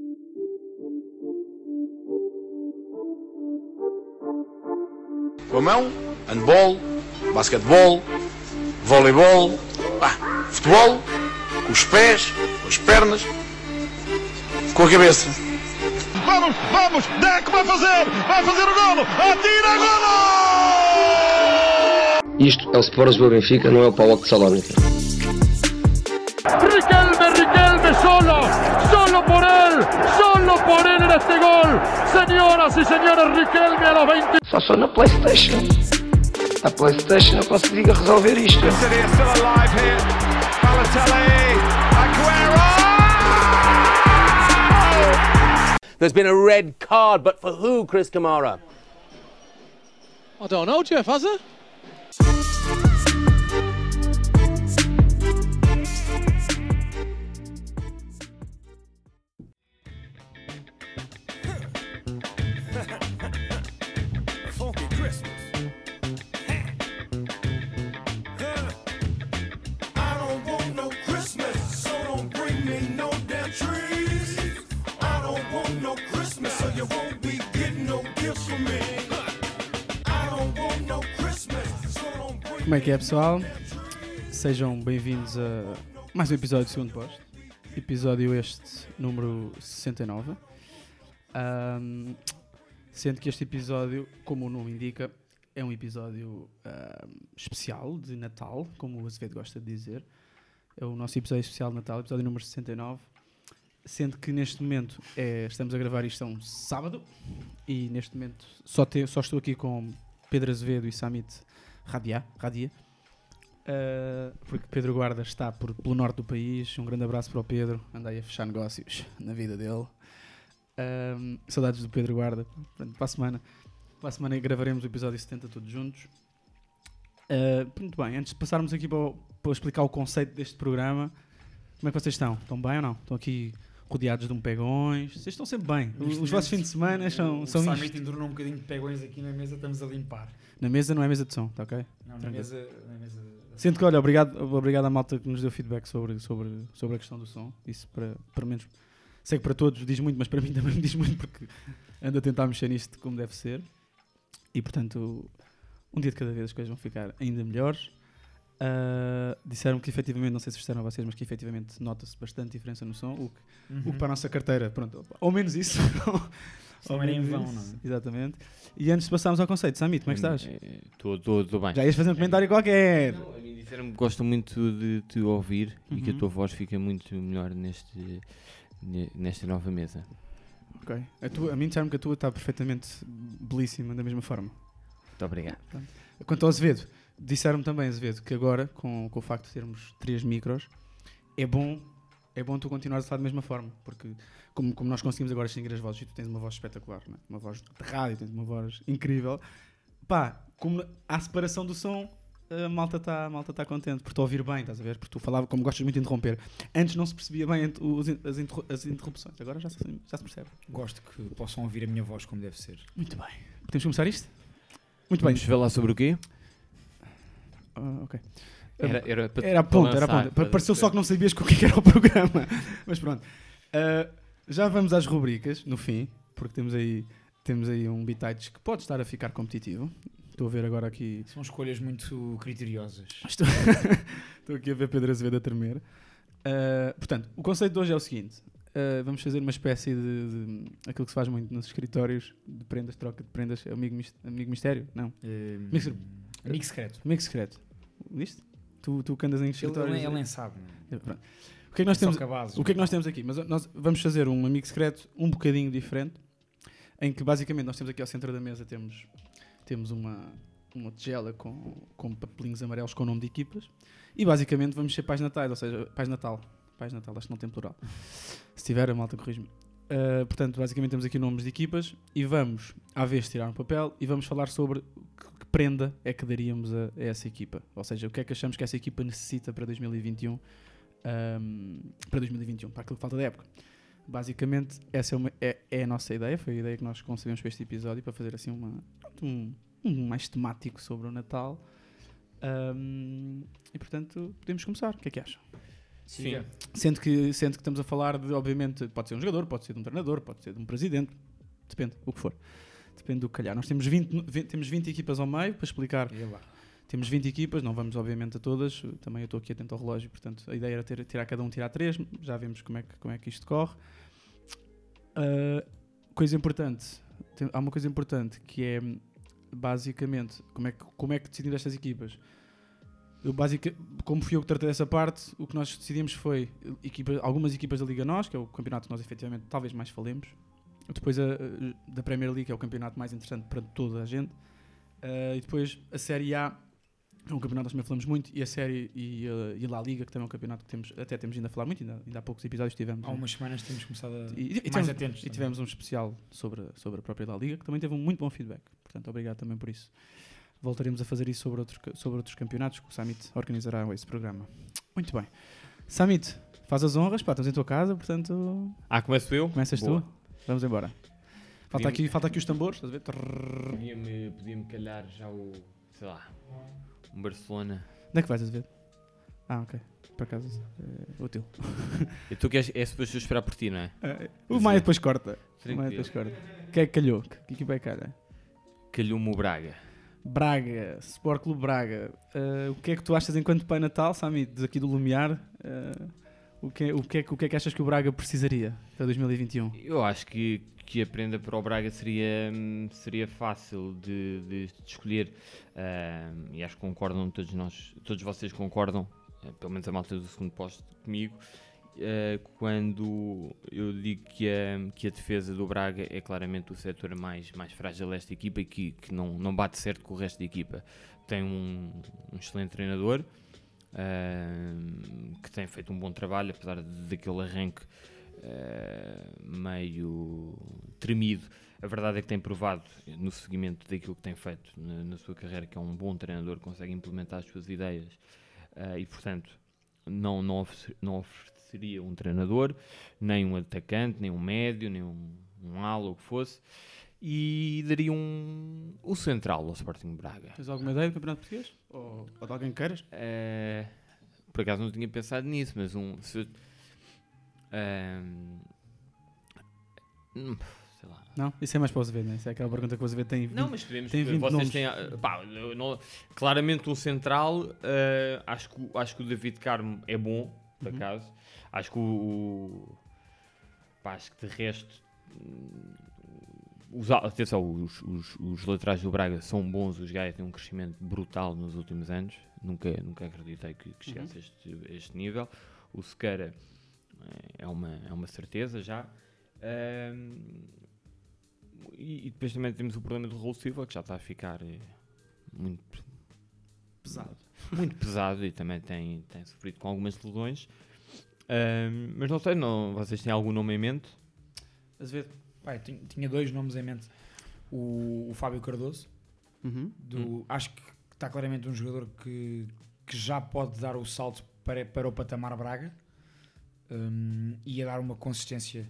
Com a mão, handball, basquetebol, voleibol, futebol, com os pés, com as pernas, com a cabeça. Vamos, Deco vai fazer o golo, atira, golo! Isto é o Sport Lisboa Benfica, não é o PAOK de Salónica. Riquelme, solo por él en este gol. Señoras y señores, Riquelme a los 20. Só sou na PlayStation. A PlayStation eu consigo resolver isto. There's been a red card, but for who, Chris Kamara? I don't know, Jeff, has there? Funky Christmas. I don't want no Christmas, so don't bring me no damn trees. I don't want no Christmas, so you won't be getting no gifts from me. I don't want no Christmas, so don't bring. Como é que é, pessoal? Sejam bem-vindos a mais um episódio do Segundo Posto. Episódio este, número 69. Sendo que este episódio, como o nome indica, é um episódio especial de Natal, como o Azevedo gosta de dizer. É o nosso episódio especial de Natal, episódio número 69. Sendo que neste momento estamos a gravar isto a um sábado e neste momento só estou aqui com Pedro Azevedo e Samit Radia. Porque Pedro Guarda está pelo norte do país. Um grande abraço para o Pedro. Andei a fechar negócios na vida dele. Saudades do Pedro Guarda. Para a semana gravaremos o episódio 70 todos juntos. Muito bem, antes de passarmos aqui para explicar o conceito deste programa, como é que vocês estão? Estão bem ou não? Estão aqui rodeados de pegões? Vocês estão sempre bem. Os vossos fins de semana são isto. O Samit entornou um bocadinho de pegões aqui na mesa, estamos a limpar. Na mesa não é mesa de som, está ok? Não, na mesa. Sinto que, olha, obrigado à malta que nos deu feedback sobre a questão do som. Isso, para menos, sei que para todos diz muito, mas para mim também me diz muito, porque ando a tentar mexer nisto como deve ser. E, portanto, um dia de cada vez as coisas vão ficar ainda melhores. Disseram que efetivamente, não sei se disseram a vocês, mas que efetivamente nota-se bastante diferença no som, o que para a nossa carteira, pronto, ao menos isso. Não era em vão, não é? Exatamente. E antes de passarmos ao conceito, Samit, como é que estás? Estou bem. Já ias fazer um comentário qualquer. Não, a mim disseram-me que gostam muito de te ouvir e que a tua voz fica muito melhor nesta nova mesa. Ok. A mim disseram que a tua está perfeitamente belíssima, da mesma forma. Muito obrigado. Quanto ao Azevedo, disseram-me também, Azevedo, que agora, com o facto de termos 3 micros, é bom tu continuares a falar da mesma forma, porque como nós conseguimos agora distinguir as vozes, e tu tens uma voz espetacular, não é? Uma voz de rádio, tens uma voz incrível, como há separação do som, a malta está contente, por te ouvir bem, estás a ver? Porque tu falava, como gostas muito de interromper, antes não se percebia bem as interrupções, agora já se percebe. Gosto que possam ouvir a minha voz como deve ser. Muito bem. Podemos começar isto? Muito bem. Vamos falar sobre o quê? Ok. Era a ponta. Pareceu só que não sabias o que era o programa. Mas pronto. Já vamos às rubricas, no fim, porque temos aí um bitites que pode estar a ficar competitivo. Estou a ver agora aqui... São escolhas muito criteriosas. Estou aqui a ver Pedro Azevedo a tremer. Portanto, o conceito de hoje é o seguinte. Vamos fazer uma espécie de aquilo que se faz muito nos escritórios de prendas, troca de prendas. Amigo mistério? Não. Amigo secreto. Amigo secreto. Viste? Tu que andas em escritórios. Ele nem sabe. Pronto. O que é que nós temos aqui? Mas nós vamos fazer um amigo secreto um bocadinho diferente, em que basicamente nós temos aqui ao centro da mesa temos uma tigela com papelinhos amarelos com o nome de equipas e basicamente vamos ser Pais Natais, ou seja, Pais Natal, acho que não tem plural. Se tiver, a malta corrige-me. Portanto, basicamente temos aqui nomes de equipas e vamos, à vez, tirar um papel e vamos falar sobre que prenda é que daríamos a essa equipa. Ou seja, o que é que achamos que essa equipa necessita para 2021, para aquilo que falta da época. Basicamente, essa é a nossa ideia, foi a ideia que nós concebemos para este episódio, para fazer assim um mais temático sobre o Natal. E portanto, podemos começar. O que é que acham? Sim. Sendo que estamos a falar de, obviamente, pode ser um jogador, pode ser de um treinador, pode ser de um presidente, depende, o que for. Depende do que calhar. Nós temos 20 equipas ao meio, para explicar. Temos 20 equipas, não vamos obviamente a todas, também eu estou aqui atento ao relógio, portanto a ideia era tirar cada um, tirar 3, já vemos como é que isto corre. Coisa importante, há uma coisa importante que é, basicamente, como é que decidimos estas equipas. Como fui eu que tratei dessa parte, o que nós decidimos foi algumas equipas da Liga NOS, que é o campeonato que nós efetivamente talvez mais falemos, depois da Premier League, que é o campeonato mais interessante para toda a gente, e depois a Série A, é um campeonato que nós também falamos muito, e a Série e a La Liga, que também é um campeonato que temos ainda a falar muito, ainda há poucos episódios tivemos. Há umas semanas temos começado a mais atentos. E tivemos um especial sobre a própria La Liga, que também teve um muito bom feedback. Portanto, obrigado também por isso. Voltaremos a fazer isso sobre outros campeonatos, que o Summit organizará esse programa. Muito bem. Summit, faz as honras, pá, estamos em tua casa, portanto... Começo eu? Começas Boa. tu? Vamos embora. Falta aqui os tambores, estás a ver? Podia-me calhar já sei lá, um Barcelona. Onde é que vais a ver? Ok. Por acaso, é útil. E tu queres, é suposto eu esperar por ti, não é? O Maia depois corta. Tranquilo. Quem é que calhou? Que equipa é que calha? Calhou-me o Braga. Braga, Sport Clube Braga. O que é que tu achas enquanto Pai Natal, Sami, aqui do Lumiar? O que é que achas que o Braga precisaria para 2021? Eu acho que a prenda para o Braga seria fácil de escolher, e acho que concordam todos vocês concordam, pelo menos a malta do segundo posto comigo, quando eu digo que a defesa do Braga é claramente o setor mais frágil desta equipa e que não bate certo com o resto da equipa. Tem um excelente treinador, que tem feito um bom trabalho, apesar daquele arranque meio tremido. A verdade é que tem provado no seguimento daquilo que tem feito na sua carreira que é um bom treinador, consegue implementar as suas ideias, e portanto não ofereceria um treinador, nem um atacante, nem um médio, nem um ala, ou o que fosse, e daria o central ao Sporting Braga. Tens alguma ideia do Campeonato Português? Ou de alguém que queiras? Por acaso não tinha pensado nisso, mas sei lá. Não? Isso é mais para o Azevedo, não é? Isso é aquela pergunta que o Azevedo tem 20, não, mas podemos, tem 20 vocês nomes. têm, claramente um central, acho que o David Carmo é bom, por acaso. Acho que acho que de resto os laterais do Braga são bons. Os Gaia têm um crescimento brutal nos últimos anos, nunca acreditei que chegasse a este nível. O Sequeira é uma certeza já, e depois também temos o problema do Raul Silva, que já está a ficar muito pesado e também tem sofrido com algumas lesões. Mas não sei, vocês têm algum nome em mente? Azevedo. Pai, tinha 2 nomes em mente. O Fábio Cardoso. Acho que está claramente um jogador que já pode dar o salto para o patamar Braga, e a dar uma consistência,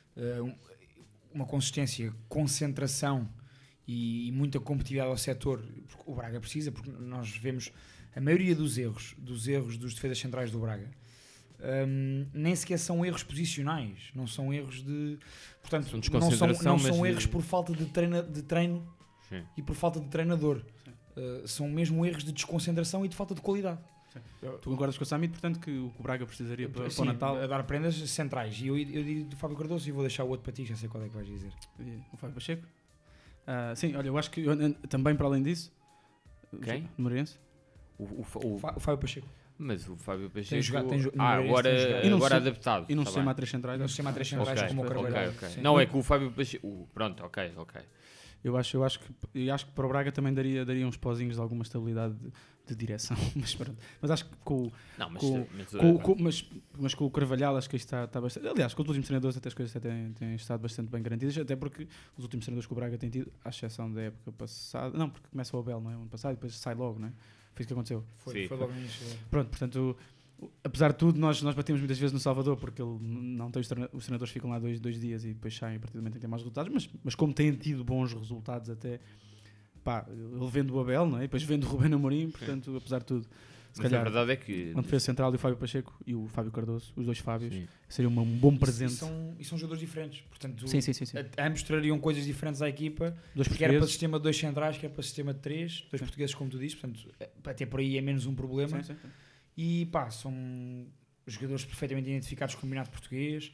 concentração e muita competitividade ao setor, porque o Braga precisa, porque nós vemos a maioria dos erros dos defesas centrais do Braga, nem sequer são erros posicionais, não são erros de... Portanto, não são erros por falta de treino Sim. e por falta de treinador. São mesmo erros de desconcentração e de falta de qualidade. Tu concordas com o Summit, portanto, que o Braga precisaria para Sim, o Natal? A dar prendas centrais. E eu digo do Fábio Cardoso e vou deixar o outro para ti, já sei qual é que vais dizer. O Fábio Pacheco? Sim, olha, eu acho que também para além disso... Quem? O Moreirense? O Fábio Pacheco. Mas o Fábio Pacheco... Tem jogado, agora adaptado. E não tá se chama bem. a 3 centrais? Não se chama a 3 centrais como o Carvalhal. Ok. Não, é que o Fábio Pacheco... Pronto, ok. Eu acho que para o Braga também daria uns pozinhos de alguma estabilidade de direção, mas acho que mas com o Carvalhal acho que isto está bastante... Aliás, com os últimos treinadores até as coisas têm estado bastante bem garantidas, até porque os últimos treinadores que o Braga tem tido, à exceção da época passada... Não, porque começa o Abel, não é? O ano passado e depois sai logo, não é? Foi isso que aconteceu. Foi logo no início. Pronto, portanto... Apesar de tudo, nós batemos muitas vezes no Salvador porque ele não tem os treinadores ficam lá dois dias e depois saem a partir do momento em que têm mais resultados, mas como têm tido bons resultados até, ele vende o Abel, não é? E depois vende o Rubén Amorim, portanto, apesar de tudo, Se Mas calhar, a verdade é que... uma defesa central e o Fábio Pacheco e o Fábio Cardoso, os dois Fábios, Sim. seria um bom presente. E são jogadores diferentes. Portanto, Sim. ambos trariam coisas diferentes à equipa. Dois Quer para o portugueses. sistema de 2 centrais, quer para o sistema de 3. 2 portugueses, como tu dizes. Portanto, até por aí é menos um problema. Sim. E pá, são jogadores perfeitamente identificados com o combinado português.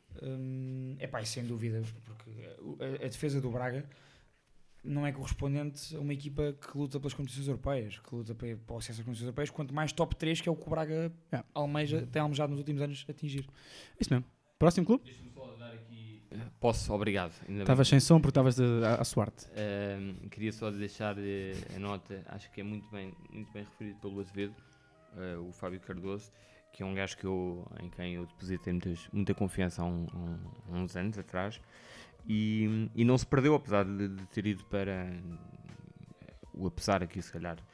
E sem dúvida, porque a defesa do Braga não é correspondente a uma equipa que luta pelas competições europeias, que luta para o acesso às competições europeias, quanto mais top 3, que é o que o Braga tem almejado nos últimos anos atingir. Isso mesmo. Próximo clube? Deixa-me só dar aqui... Posso? Obrigado. Estavas sem som porque estavas à sorte. Queria só deixar a nota, acho que é muito bem referido pelo Azevedo, o Fábio Cardoso, que é um gajo em quem eu depositei muita confiança há uns anos atrás, e não se perdeu, apesar de ter ido para o apesar aqui, se calhar,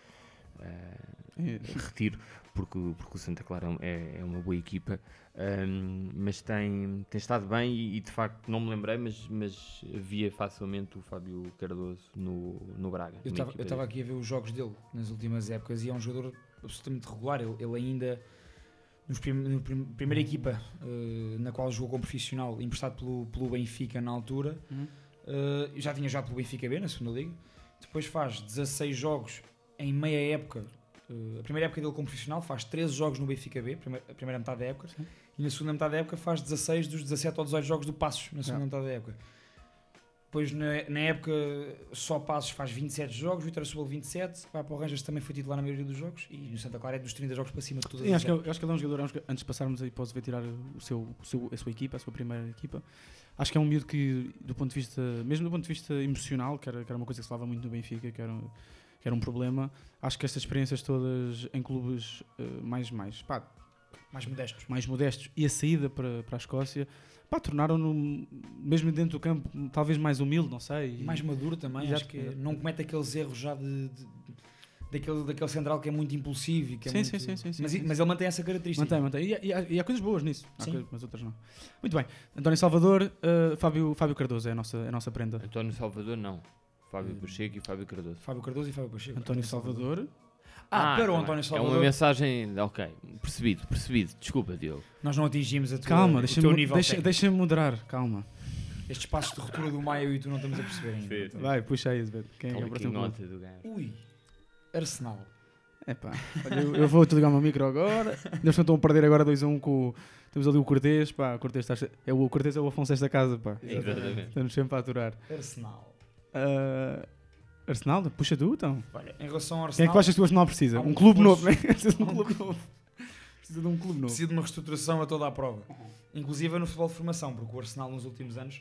retiro, porque o Santa Clara é uma boa equipa, mas tem estado bem e de facto não me lembrei, mas via facilmente o Fábio Cardoso no Braga. Eu estava aqui a ver os jogos dele nas últimas épocas e é um jogador absolutamente regular. Ele ainda na primeira equipa na qual jogou como profissional, emprestado pelo Benfica na altura, já tinha jogado pelo Benfica B na segunda liga. Depois faz 16 jogos em meia época. A primeira época dele como profissional faz 13 jogos no Benfica B, a primeira metade da época. Sim. E na segunda metade da época faz 16 dos 17 ou 18 jogos do Passos na segunda metade da época. Depois na época só Passos faz 27 jogos, Vitória Setúbal 27, vai para o Rangers, também foi titular na maioria dos jogos, e no Santa Clara é dos 30 jogos para cima de todas as acho que ele é um jogador, antes de passarmos aí para o Azevedo tirar a sua equipa, a sua primeira equipa, acho que é um miúdo que, mesmo do ponto de vista emocional, que era uma coisa que se falava muito no Benfica, que era um problema, acho que estas experiências todas em clubes mais modestos e a saída para a Escócia, tornaram-no, mesmo dentro do campo, talvez mais humilde, não sei. Mais maduro também, acho que não comete aqueles erros já daquele central que é muito impulsivo. E que sim. Mas ele mantém essa característica. Mantém. E há coisas boas nisso, mas outras não. Muito bem. António Salvador, Fábio Cardoso é a nossa prenda. António Salvador não. Fábio Pacheco e Fábio Cardoso. Fábio Cardoso e Fábio Pacheco. António Salvador. Para o António Salvador. É uma mensagem... Ok, percebido. Desculpa, Diogo. Nós não atingimos o teu nível técnico. Deixa-me moderar, calma. Estes passos de ruptura do Maio e tu não estamos a perceber ainda. Sim. Vai, puxa aí, Azevedo. Quem é o próximo nota do gajo? Ui, Arsenal. Eu vou desligar o meu micro agora. Eles estão a perder agora 2-1 com... Temos ali o Cortês, o Cortês é o Afonso desta casa, Exatamente. Estamos sempre a aturar. Arsenal. Arsenal? Puxa tu, então. Olha, em relação ao Arsenal... Quem é que achas que o Arsenal precisa? Um clube novo, não é? Precisa de um clube novo. Precisa de um clube novo. Precisa de uma reestruturação a toda a prova. Inclusive no futebol de formação, porque o Arsenal nos últimos anos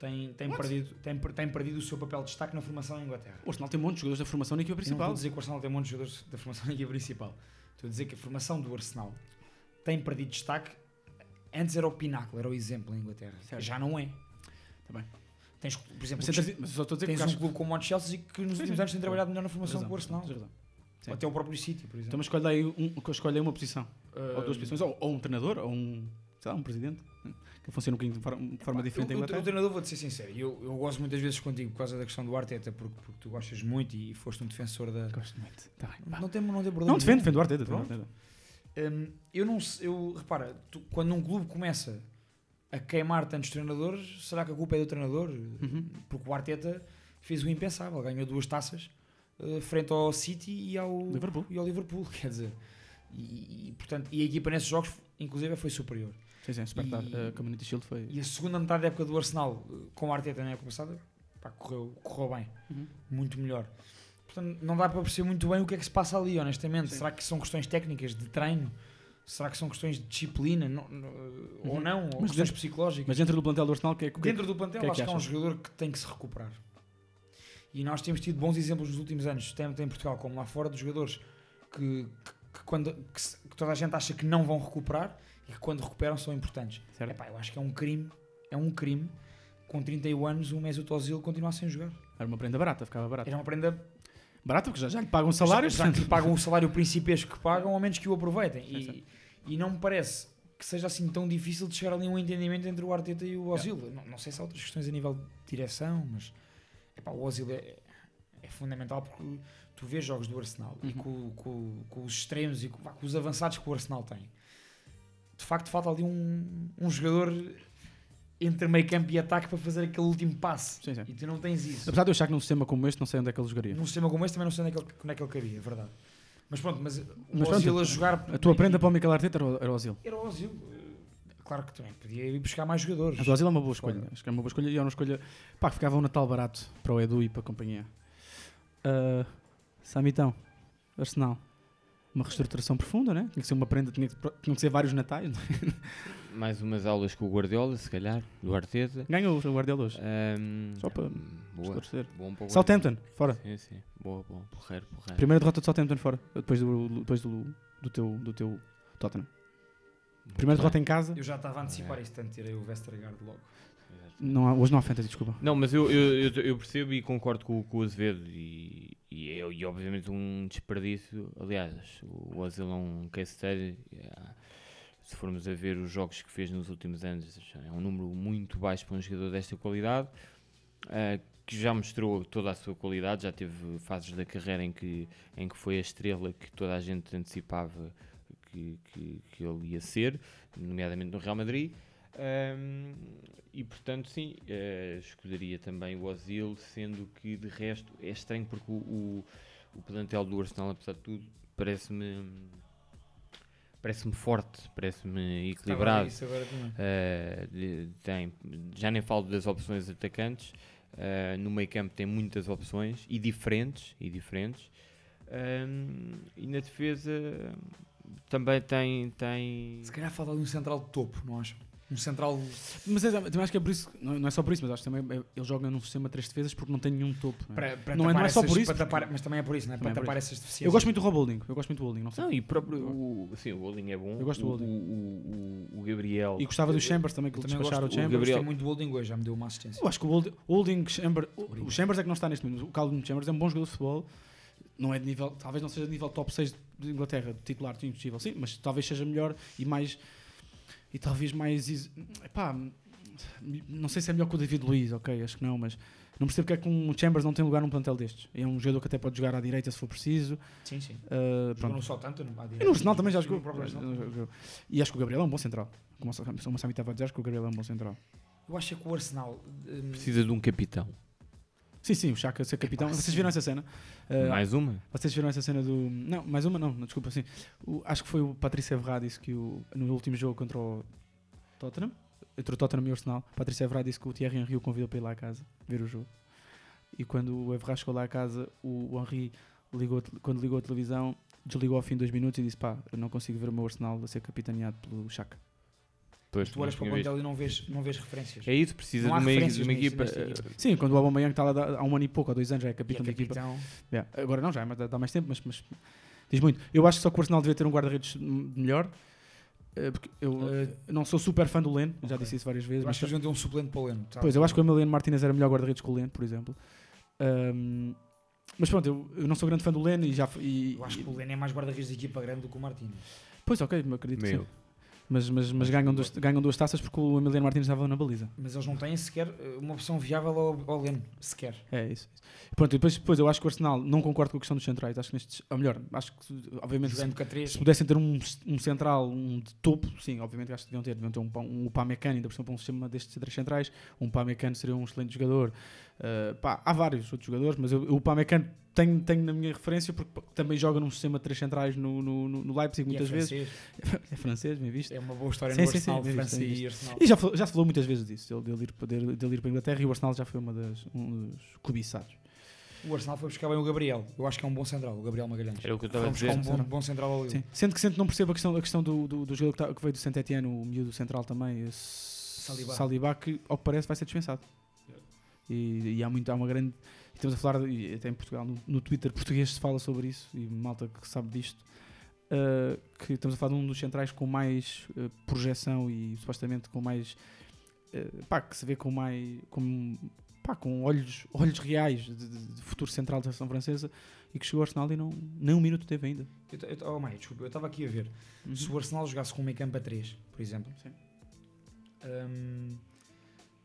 tem perdido o seu papel de destaque na formação na Inglaterra. O Arsenal tem muitos jogadores da formação na equipa principal. Não estou a dizer que o Arsenal tem muitos jogadores da formação na equipa principal. Estou a dizer que a formação do Arsenal tem perdido destaque. Antes era o pináculo, era o exemplo na Inglaterra. Certo. Já não é. Tá bem. Tens, por exemplo, mas só estou a dizer tens que um clube como o Chelsea que nos últimos anos tem trabalhado melhor na formação que o Arsenal. Ou até o próprio City, por exemplo. Então, mas escolhe aí uma posição. Ou duas posições. Ou um treinador, ou um presidente. Que funciona um bocadinho de forma diferente em Inglaterra. O treinador, vou-te ser sincero, eu gosto muitas vezes contigo por causa da questão do Arteta, porque tu gostas muito e foste um defensor da... Gosto muito. Tá bem, não tem problema. Não, defende o Arteta. Repara, quando um clube começa a queimar tantos treinadores, será que a culpa é do treinador? Porque o Arteta fez o impensável, ganhou 2 taças frente ao City e ao Liverpool, quer dizer, portanto, e a equipa nesses jogos inclusive foi superior. Sim, a Community Shield foi... E a segunda metade da época do Arsenal com o Arteta na época passada correu bem, muito melhor. Portanto, não dá para perceber muito bem o que é que se passa ali, honestamente. Sim. Será que são questões técnicas de treino? Será que são questões de disciplina? Ou não? Ou questões psicológicas? Mas dentro do plantel do Arsenal, dentro do plantel, acho que é um jogador que tem que se recuperar. E nós temos tido bons exemplos nos últimos anos, tanto em Portugal como lá fora, de jogadores que toda a gente acha que não vão recuperar e que quando recuperam são importantes. Eu acho que é um crime com 31 anos o Mesut Ozil continuar sem jogar. Era uma prenda barata, ficava barata. Era uma prenda barata, porque já lhe pagam um salário. Já lhe pagam o salário principesco que pagam, ao menos que o aproveitem. E não me parece que seja assim tão difícil de chegar ali a um entendimento entre o Arteta e o Ozil. Não sei se há outras questões a nível de direção, mas o Ozil é fundamental porque tu vês jogos do Arsenal e com os extremos e com os avançados que o Arsenal tem. De facto, falta ali um jogador entre meio campo e ataque para fazer aquele último passe. Sim, sim. E tu não tens isso. Apesar de eu achar que num sistema como este, não sei onde é que ele jogaria. Num sistema como este também não sei onde é que ele cabia, é verdade. Mas pronto, mas o Mas Ozil pronto, a jogar... A tua prenda para o Mikel Arteta era o Ozil. Era o Ozil. Claro que também podia ir buscar mais jogadores. Mas o Ozil é uma boa escolha. Acho que é uma boa escolha e é uma escolha... Pá, que ficava um Natal barato para o Edu e para a companhia. Samitão, Arsenal. Uma reestruturação profunda, né? Tinha que ser uma prenda, tinha que ser vários natais. Mais umas aulas com o Guardiola, se calhar, do Arteta. Ganhou o Guardiola hoje. Só para boa. esclarecer. Bom para o Southampton, fora. Sim, sim. Boa. Porreiro. Primeira derrota de Southampton fora, depois do teu Tottenham. Primeira derrota em casa. Eu já estava a antecipar isso, tanto tirei o Vestergaard logo. Hoje não há fantasy, desculpa. Não, mas eu percebo e concordo com o Azevedo e obviamente um desperdício. Aliás, o Ozil é um case study. Se formos a ver os jogos que fez nos últimos anos, é um número muito baixo para um jogador desta qualidade, que já mostrou toda a sua qualidade, já teve fases da carreira em que foi a estrela que toda a gente antecipava que ele ia ser, nomeadamente no Real Madrid. E portanto sim, escolheria também o Ozil, sendo que de resto é estranho porque o plantel do Arsenal, apesar de tudo, parece-me forte, parece-me equilibrado. Já nem falo das opções atacantes, no meio campo tem muitas opções e diferentes, e na defesa também tem... Se calhar falta de um central de topo, não acho? Um central... Mas também acho que é por isso, não é só por isso, mas acho que também ele joga num sistema de 3 defesas porque não tem nenhum topo. Não é só por isso. Mas também é por isso, não é? Para tapar essas deficiências. Eu gosto muito do Rob Holding. Não sei. Não, e próprio... o Holding é bom. Eu gosto do Holding. O Gabriel... E gostava do Chambers também, que ele despacharam o Chambers. Gostei muito do Holding hoje, já me deu uma assistência. Eu acho que o Holding, Chambers... O Chambers é que não está neste momento. O Calvin Chambers é um bom jogador de futebol. Não é de nível... Talvez não seja de nível top 6 de Inglaterra, de titular, impossível, sim, mas talvez seja melhor e mais... E talvez mais... Epá, não sei se é melhor que o David Luiz, ok, acho que não, mas não percebo porque é que um Chambers não tem lugar num plantel destes. É um jogador que até pode jogar à direita se for preciso. Sim. Pronto. Não só tanto, não à direita. E no Arsenal também já jogou. E acho que o Gabriel é um bom central. Como o Sami estava a dizer, acho que o Gabriel é um bom central. Eu acho que o Arsenal... precisa de um capitão. Sim, o Xhaka ser capitão. Vocês viram essa cena? Mais uma? Vocês viram essa cena do... Não, mais uma não, desculpa, sim. Acho que foi o Patrice Evra disse que no último jogo contra o Tottenham, entre o Tottenham e o Arsenal, Patrice Evra disse que o Thierry Henry o convidou para ir lá à casa ver o jogo. E quando o Evra chegou lá à casa, o Henry, quando ligou a televisão, desligou ao fim de 2 minutos e disse: pá, eu não consigo ver o meu Arsenal a ser capitaneado pelo Xhaka. Pois, tu olhas para o plantel e não vês referências. É isso, precisa de uma equipa. Sim, quando o Aubameyang está lá há 1 ano e pouco, há 2 anos, já é capitão da equipa. Agora não, já dá mais tempo, mas diz muito. Eu acho que só que o Arsenal devia ter um guarda-redes melhor. Porque eu não sou super fã do Leno, já disse isso várias vezes. Eu acho que eles deviam ter um suplente para o Leno. Pois, eu acho que o Emiliano Martínez era melhor guarda-redes que o Leno, por exemplo. Mas pronto, eu não sou grande fã do Leno eu acho que o Leno é mais guarda-redes de equipa grande do que o Martínez. Pois, ok, eu acredito que sim. Mas ganham 2 taças porque o Emiliano Martínez estava na baliza. Mas eles não têm sequer uma opção viável ao Leno, sequer. É isso. Pronto, e depois eu acho que o Arsenal, não concordo com a questão dos centrais. Acho que ou melhor, acho que obviamente se pudessem ter um central, um de topo, sim, obviamente acho que deviam ter um Upamecano, ainda por cima para um sistema destes 3 centrais. Um Upamecano seria um excelente jogador. Há vários outros jogadores, mas o Upamecano tenho na minha referência porque também joga num sistema de 3 centrais no Leipzig muitas vezes. É francês, bem visto. É uma boa história no Arsenal, França e Arsenal. E já se falou muitas vezes disso, dele ir para a Inglaterra, e o Arsenal já foi um dos cobiçados. O Arsenal foi buscar bem o Gabriel. Eu acho que é um bom central, o Gabriel Magalhães. Era o que eu estava a dizer. Um bom central ali. Sim. Sendo que não percebo a questão do jogador que veio do Saint-Étienne, o miúdo central também, Saliba, que ao que parece vai ser dispensado. E há uma grande... Estamos a falar, até em Portugal, no Twitter português se fala sobre isso, e malta que sabe disto, que estamos a falar de um dos centrais com mais projeção e supostamente com mais... que se vê com mais... com olhos reais de futuro central da seleção francesa, e que chegou ao Arsenal e nem 1 minuto teve ainda. Desculpa, eu estava aqui a ver. Se o Arsenal jogasse com um meio campo a 3, por exemplo,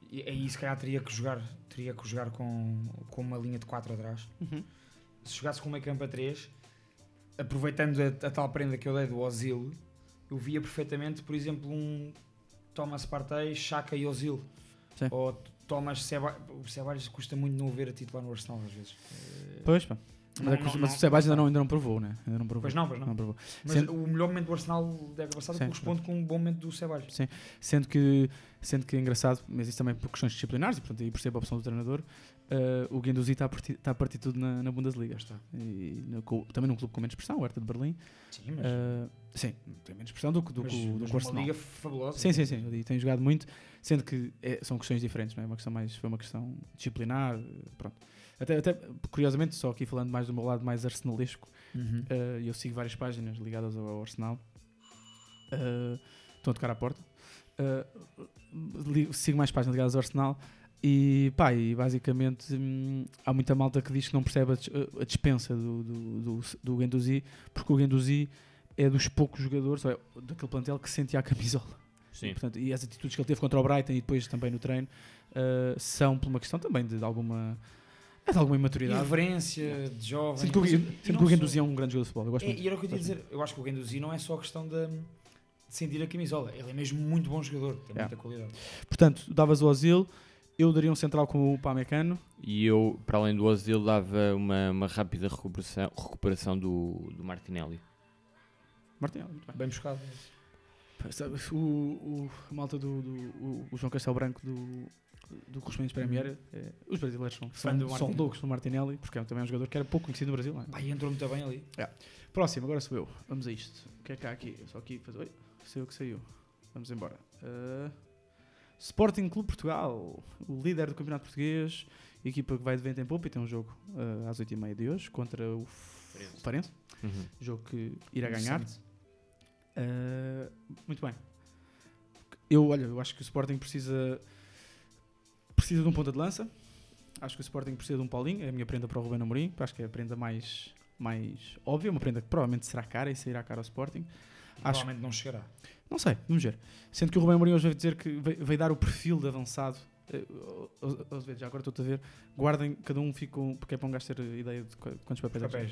E aí se calhar teria que jogar com uma linha de 4 atrás. Se jogasse com meio campo a 3, aproveitando a tal prenda que eu dei do Ozil, eu via perfeitamente, por exemplo, um Thomas Partey, Xhaka e Ozil. Sim. Ou Thomas Ceballos. O Ceballos custa muito não o ver a titular no Arsenal às vezes. Pois, pá. Mas o Ceballos ainda não provou, né? Ainda não provou. Pois não. Provou. Mas o melhor momento do Arsenal da época passada corresponde com um bom momento do Ceballos. Sim. Sendo que é engraçado, mas isso também por questões disciplinares e portanto aí percebo a opção do treinador, o Guendouzi está a partir tudo na Bundesliga. E também num clube com menos pressão, o Hertha de Berlim. Sim, mas... sim, tem menos pressão do que o Arsenal. Uma liga fabulosa. Sim. Ali tem jogado muito, sendo que são questões diferentes, não é? Foi uma questão disciplinar, pronto. Até curiosamente, só aqui falando mais do meu lado mais arsenalesco, eu sigo várias páginas ligadas ao Arsenal, estão a tocar à porta, sigo mais páginas ligadas ao Arsenal e basicamente há muita malta que diz que não percebe a dispensa do Guendouzi, porque o Guendouzi é dos poucos jogadores, daquele plantel que sentia a camisola. Sim. Portanto, e as atitudes que ele teve contra o Brighton e depois também no treino são por uma questão também de alguma imaturidade. Irreverência, de jovem. Sendo que o Guendouzi é um grande jogador de futebol. Eu gosto muito. E era o que eu ia dizer. Eu acho que o Guendouzi não é só a questão de sentir a camisola. Ele é mesmo muito bom jogador. Tem muita qualidade. Portanto, davas o Ozil. Eu daria um central com o Upamecano. E eu, para além do Ozil, dava uma rápida recuperação do Martinelli. Martinelli, muito bem. Bem buscado. O malta o João Castelo Branco do Correspondentes Premier, os brasileiros são loucos do Martinelli, porque também é um jogador que era pouco conhecido no Brasil. Não é? Entrou muito bem ali. Próximo, agora sou eu. Vamos a isto. O que é que há aqui? Eu só aqui fazer. Oi, saiu que saiu. Vamos embora. Sporting Clube Portugal, o líder do Campeonato Português, equipa que vai de vento em popa e tem um jogo às 8h30 de hoje contra o Farense. Jogo que irá ganhar. Muito bem. Eu acho que o Sporting precisa de um ponta de lança. Acho que o Sporting precisa de um Paulinho. É a minha prenda para o Ruben Amorim. Acho que é a prenda mais óbvia. Uma prenda que provavelmente será cara e sairá cara ao Sporting. Provavelmente não chegará. Não sei, vamos ver. Sendo que o Ruben Amorim hoje vai dizer que vai dar o perfil de avançado. Já agora estou a ver. Guardem, cada um fica porque é para um gajo ter ideia de quantos papéis.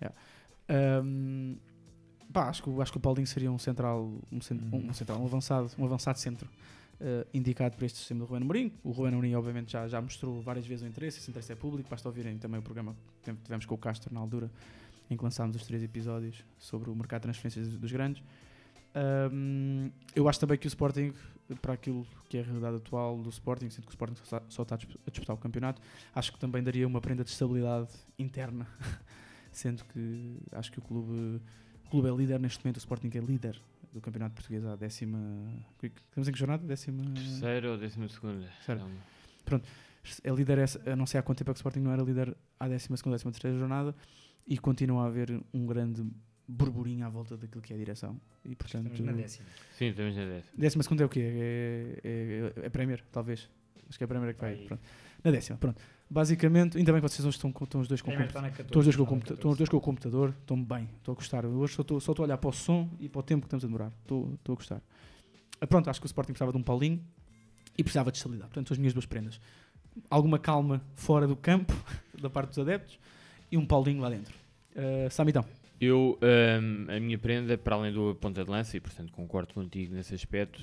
Acho que o Paulinho seria um central, um avançado centro indicado para este sistema do Ruben Amorim. O Ruben Amorim obviamente já mostrou várias vezes o interesse. Esse interesse é público, basta ouvirem também o programa que tivemos com o Castro na altura, em que lançámos os 3 episódios sobre o mercado de transferências dos grandes. Eu acho também que o Sporting, para aquilo que é a realidade atual do Sporting, sendo que o Sporting só está a disputar o campeonato, acho que também daria uma prenda de estabilidade interna, sendo que acho que o clube é líder neste momento. O Sporting é líder do Campeonato Português à 10ª... Estamos em que jornada? 10ª ou 12ª? Pronto, é líder, não sei há quanto tempo é que o Sporting não era líder à 12ª, 13ª jornada, e continua a haver um grande burburinho à volta daquilo que é a direção. E, portanto, estamos na 10ª. Sim, estamos na 10ª. 12ª é o quê? É Premier, talvez. Acho que é a Premier que vai. Pronto. Na 10ª, pronto. Basicamente, ainda bem que vocês estão os dois com o computador. Estão bem, estou a gostar. Eu hoje só estou a olhar para o som e para o tempo que estamos a demorar. Estou a gostar. Pronto, acho que o Sporting precisava de um Paulinho e precisava de estabilidade. Portanto, são as minhas duas prendas. Alguma calma fora do campo, da parte dos adeptos, e um Paulinho lá dentro. Samitão. Eu, a minha prenda, para além do ponta de lança, e portanto concordo contigo nesse aspecto,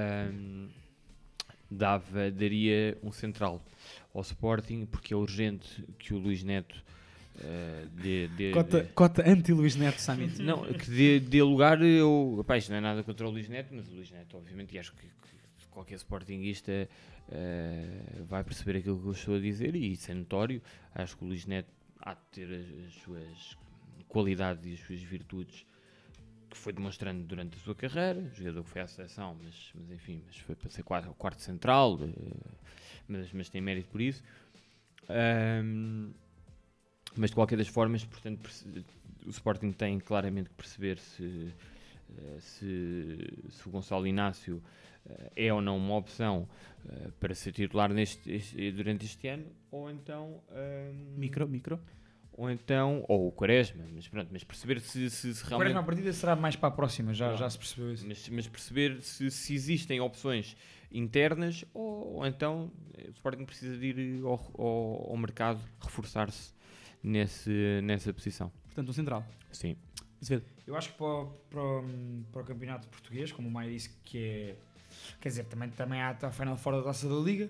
daria um central ao Sporting, porque é urgente que o Luís Neto cota anti-Luís Neto, Samit. Não, que dê lugar. Isto não é nada contra o Luís Neto, mas o Luís Neto, obviamente, e acho que qualquer sportinguista vai perceber aquilo que eu estou a dizer, e isso é notório. Acho que o Luís Neto há de ter as suas qualidades e as suas virtudes que foi demonstrando durante a sua carreira. O jogador que foi à seleção, mas foi para ser quarto central, mas tem mérito por isso. Mas de qualquer das formas, portanto, o Sporting tem claramente que perceber se o Gonçalo Inácio é ou não uma opção para ser titular durante este ano, ou então ou o Quaresma, mas perceber se realmente... O Quaresma, a partida será mais para a próxima, já se percebeu isso. Mas perceber se existem opções internas, ou então o Sporting precisa de ir ao mercado reforçar-se nessa posição. Portanto, um central. Sim. Eu acho que para o campeonato português, como o Maia disse, que é... Quer dizer, também há a final fora da Taça da Liga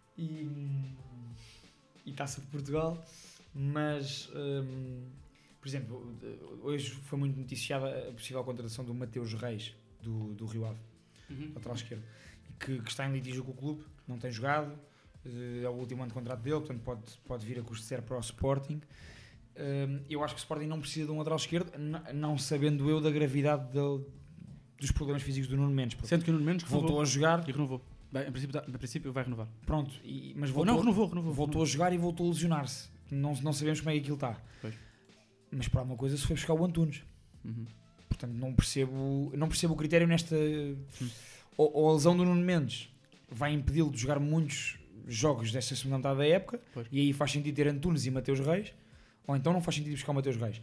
e Taça de Portugal, mas, por exemplo, hoje foi muito noticiada a possível contratação do Mateus Reis, do Rio Ave, lateral esquerdo, que está em litígio com o clube, não tem jogado, é o último ano de contrato dele, portanto pode vir a custo zero para o Sporting. Eu acho que o Sporting não precisa de um lateral esquerdo, não sabendo eu da gravidade dos problemas físicos do Nuno Mendes. Sendo que o Nuno Mendes voltou a jogar e renovou. Bem, em princípio vai renovar. Pronto, mas renovou. Voltou a jogar e voltou a lesionar-se. Não sabemos como é que aquilo está. Pois. Mas por alguma coisa se foi buscar o Antunes. Portanto, não percebo o critério nesta... Ou a lesão do Nuno Mendes vai impedi-lo de jogar muitos jogos desta segunda metade da época, e aí faz sentido ter Antunes e Mateus Reis, ou então não faz sentido buscar o Mateus Reis.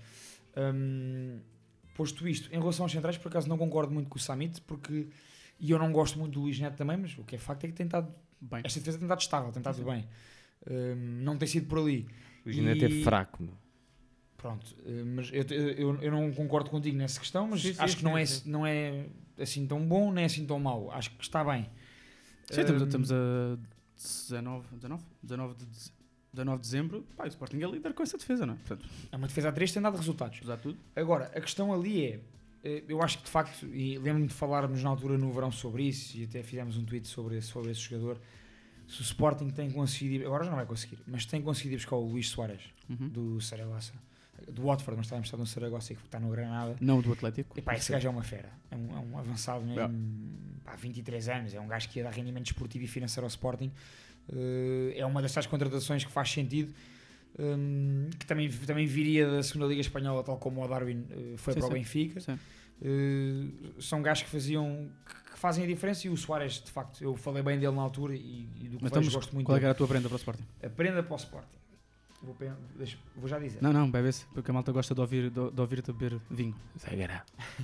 Posto isto, em relação aos centrais, por acaso não concordo muito com o Samit, e eu não gosto muito do Luís Neto também, mas o que é facto é que tem estado bem. Esta defesa tem estado estável, tem estado bem. Não tem sido por ali. O Luís Neto é fraco, meu. Pronto, mas eu não concordo contigo nessa questão, mas acho que não é assim tão bom, nem assim tão mau. Acho que está bem. Sim, estamos a 19 de dezembro. Pá, o Sporting é líder com essa defesa, não é? Portanto, é uma defesa a 3 que tem dado resultados. Apesar de tudo. Agora, a questão ali é, eu acho que de facto, e lembro-me de falarmos na altura no verão sobre isso, e até fizemos um tweet sobre esse jogador, se o Sporting tem conseguido, agora já não vai conseguir, mas tem conseguido buscar o Luís Soares, do Saragossa, do Watford, mas está emprestado no Saragossa, que está no Granada. Não, do Atlético. E pá, esse gajo é uma fera, é um avançado mesmo, há 23 anos, é um gajo que ia dar rendimento desportivo e financeiro ao Sporting. É uma das tais contratações que faz sentido, que também viria da segunda Liga Espanhola, tal como o Darwin foi para o Benfica. São gajos que fazem a diferença, e o Soares, de facto, eu falei bem dele na altura e do que vejo, gosto muito. Qual é que era a tua prenda para o Sporting? A prenda para o Sporting, vou já dizer. Não, bebe-se, porque a malta gosta de ouvir-te beber vinho. Zagueirá.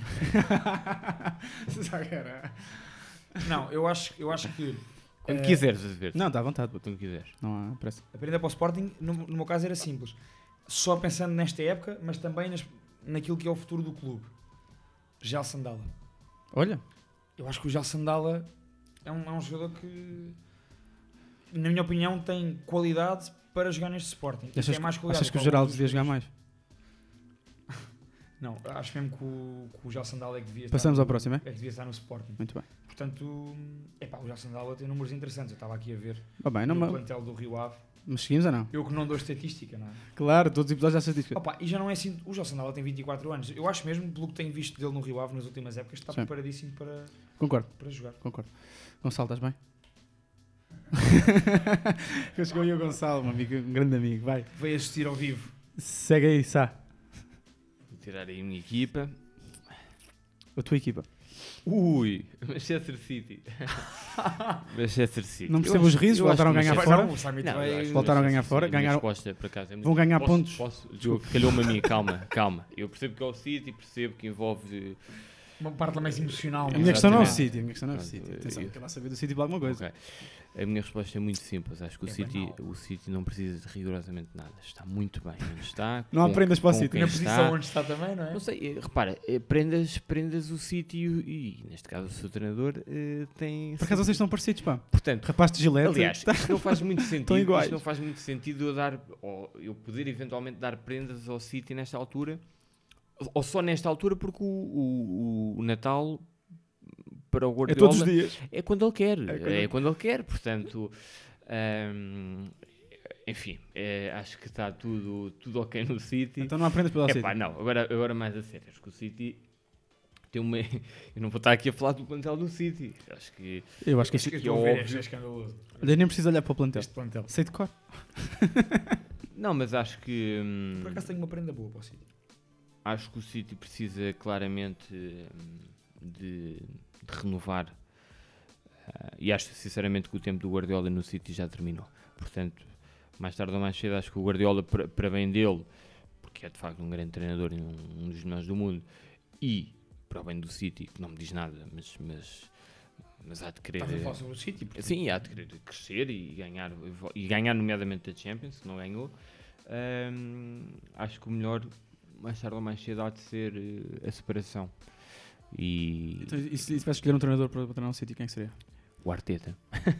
Zagueirá. Não, eu acho que quando quiseres ver. Não, dá à vontade. Quando quiseres. Não há pressa. A prenda para o Sporting, no meu caso, era simples. Só pensando nesta época, mas também naquilo que é o futuro do clube. Gel Sandala. Olha. Eu acho que o Gel Sandala é um jogador que, na minha opinião, tem qualidade para jogar neste Sporting. Achas que o Geraldo devia jogar mais? Não, acho mesmo que o Gel Sandala é que devia Passamos ao próximo, é que devia estar no Sporting. Muito bem. Portanto, o Gel Sandala tem números interessantes. Eu estava aqui a ver no plantel do Rio Ave. Mas seguimos ou não? Eu que não dou estatística, não é? Claro, todos os episódios já estatística. E já não é assim. O Gel Sandala tem 24 anos. Eu acho mesmo, pelo que tenho visto dele no Rio Ave nas últimas épocas, está preparadíssimo para jogar. Concordo. Gonçalo, estás bem? Chegou aí o Gonçalo, um grande amigo. Vai. Veio assistir ao vivo. Segue aí, Sá. Vou tirar aí a minha equipa. A tua equipa. Ui, Manchester City. Não percebo os risos, voltaram a ganhar fora. Voltaram a ganhar fora. Resposta, por acaso, é muito... Vão ganhar pontos. Calhou-me a mim, calma. Eu percebo que é o City, percebo que envolve... uma parte mais emocional. A minha questão não é o City. Atenção, quer lá saber do City para alguma coisa. Okay. A minha resposta é muito simples. Acho que o City não precisa de rigorosamente nada. Está muito bem onde está. Não há prendas para o City. Na posição onde está também, não é? Não sei, repara, prendas o City e neste caso o seu treinador tem... Por acaso vocês estão parecidos, pá. Portanto, rapaz de Gillette. Aliás, isto não faz muito sentido. Estão iguais. Isto não faz muito sentido eu poder eventualmente dar prendas ao City nesta altura, ou só nesta altura, porque o Natal para o Guardiola é todos os dias. É quando ele quer. É quando ele quer, portanto, enfim, acho que está tudo ok no City. Então não há prendas pelo City. Não, agora mais a sério. Acho que o City tem uma... Eu não vou estar aqui a falar do plantel do City. Eu acho que é óbvio. É escandaloso. Eu nem preciso olhar para o plantel. Este plantel. Sei de cor. Não, mas acho que... Por acaso tenho uma prenda boa para o City. Acho que o City precisa claramente de renovar, e acho sinceramente que o tempo do Guardiola no City já terminou. Portanto, mais tarde ou mais cedo, acho que o Guardiola, para bem dele, porque é de facto um grande treinador e um dos melhores do mundo, e para o bem do City, que não me diz nada, mas mas há de querer... Estás a falar sobre o City? Sim, há de querer crescer e ganhar nomeadamente a Champions, se não ganhou. Acho que o melhor, mais tarde ou mais cedo, há de ser a separação. Então, e se tivesse escolher um treinador para treinar o City, quem seria? O Arteta.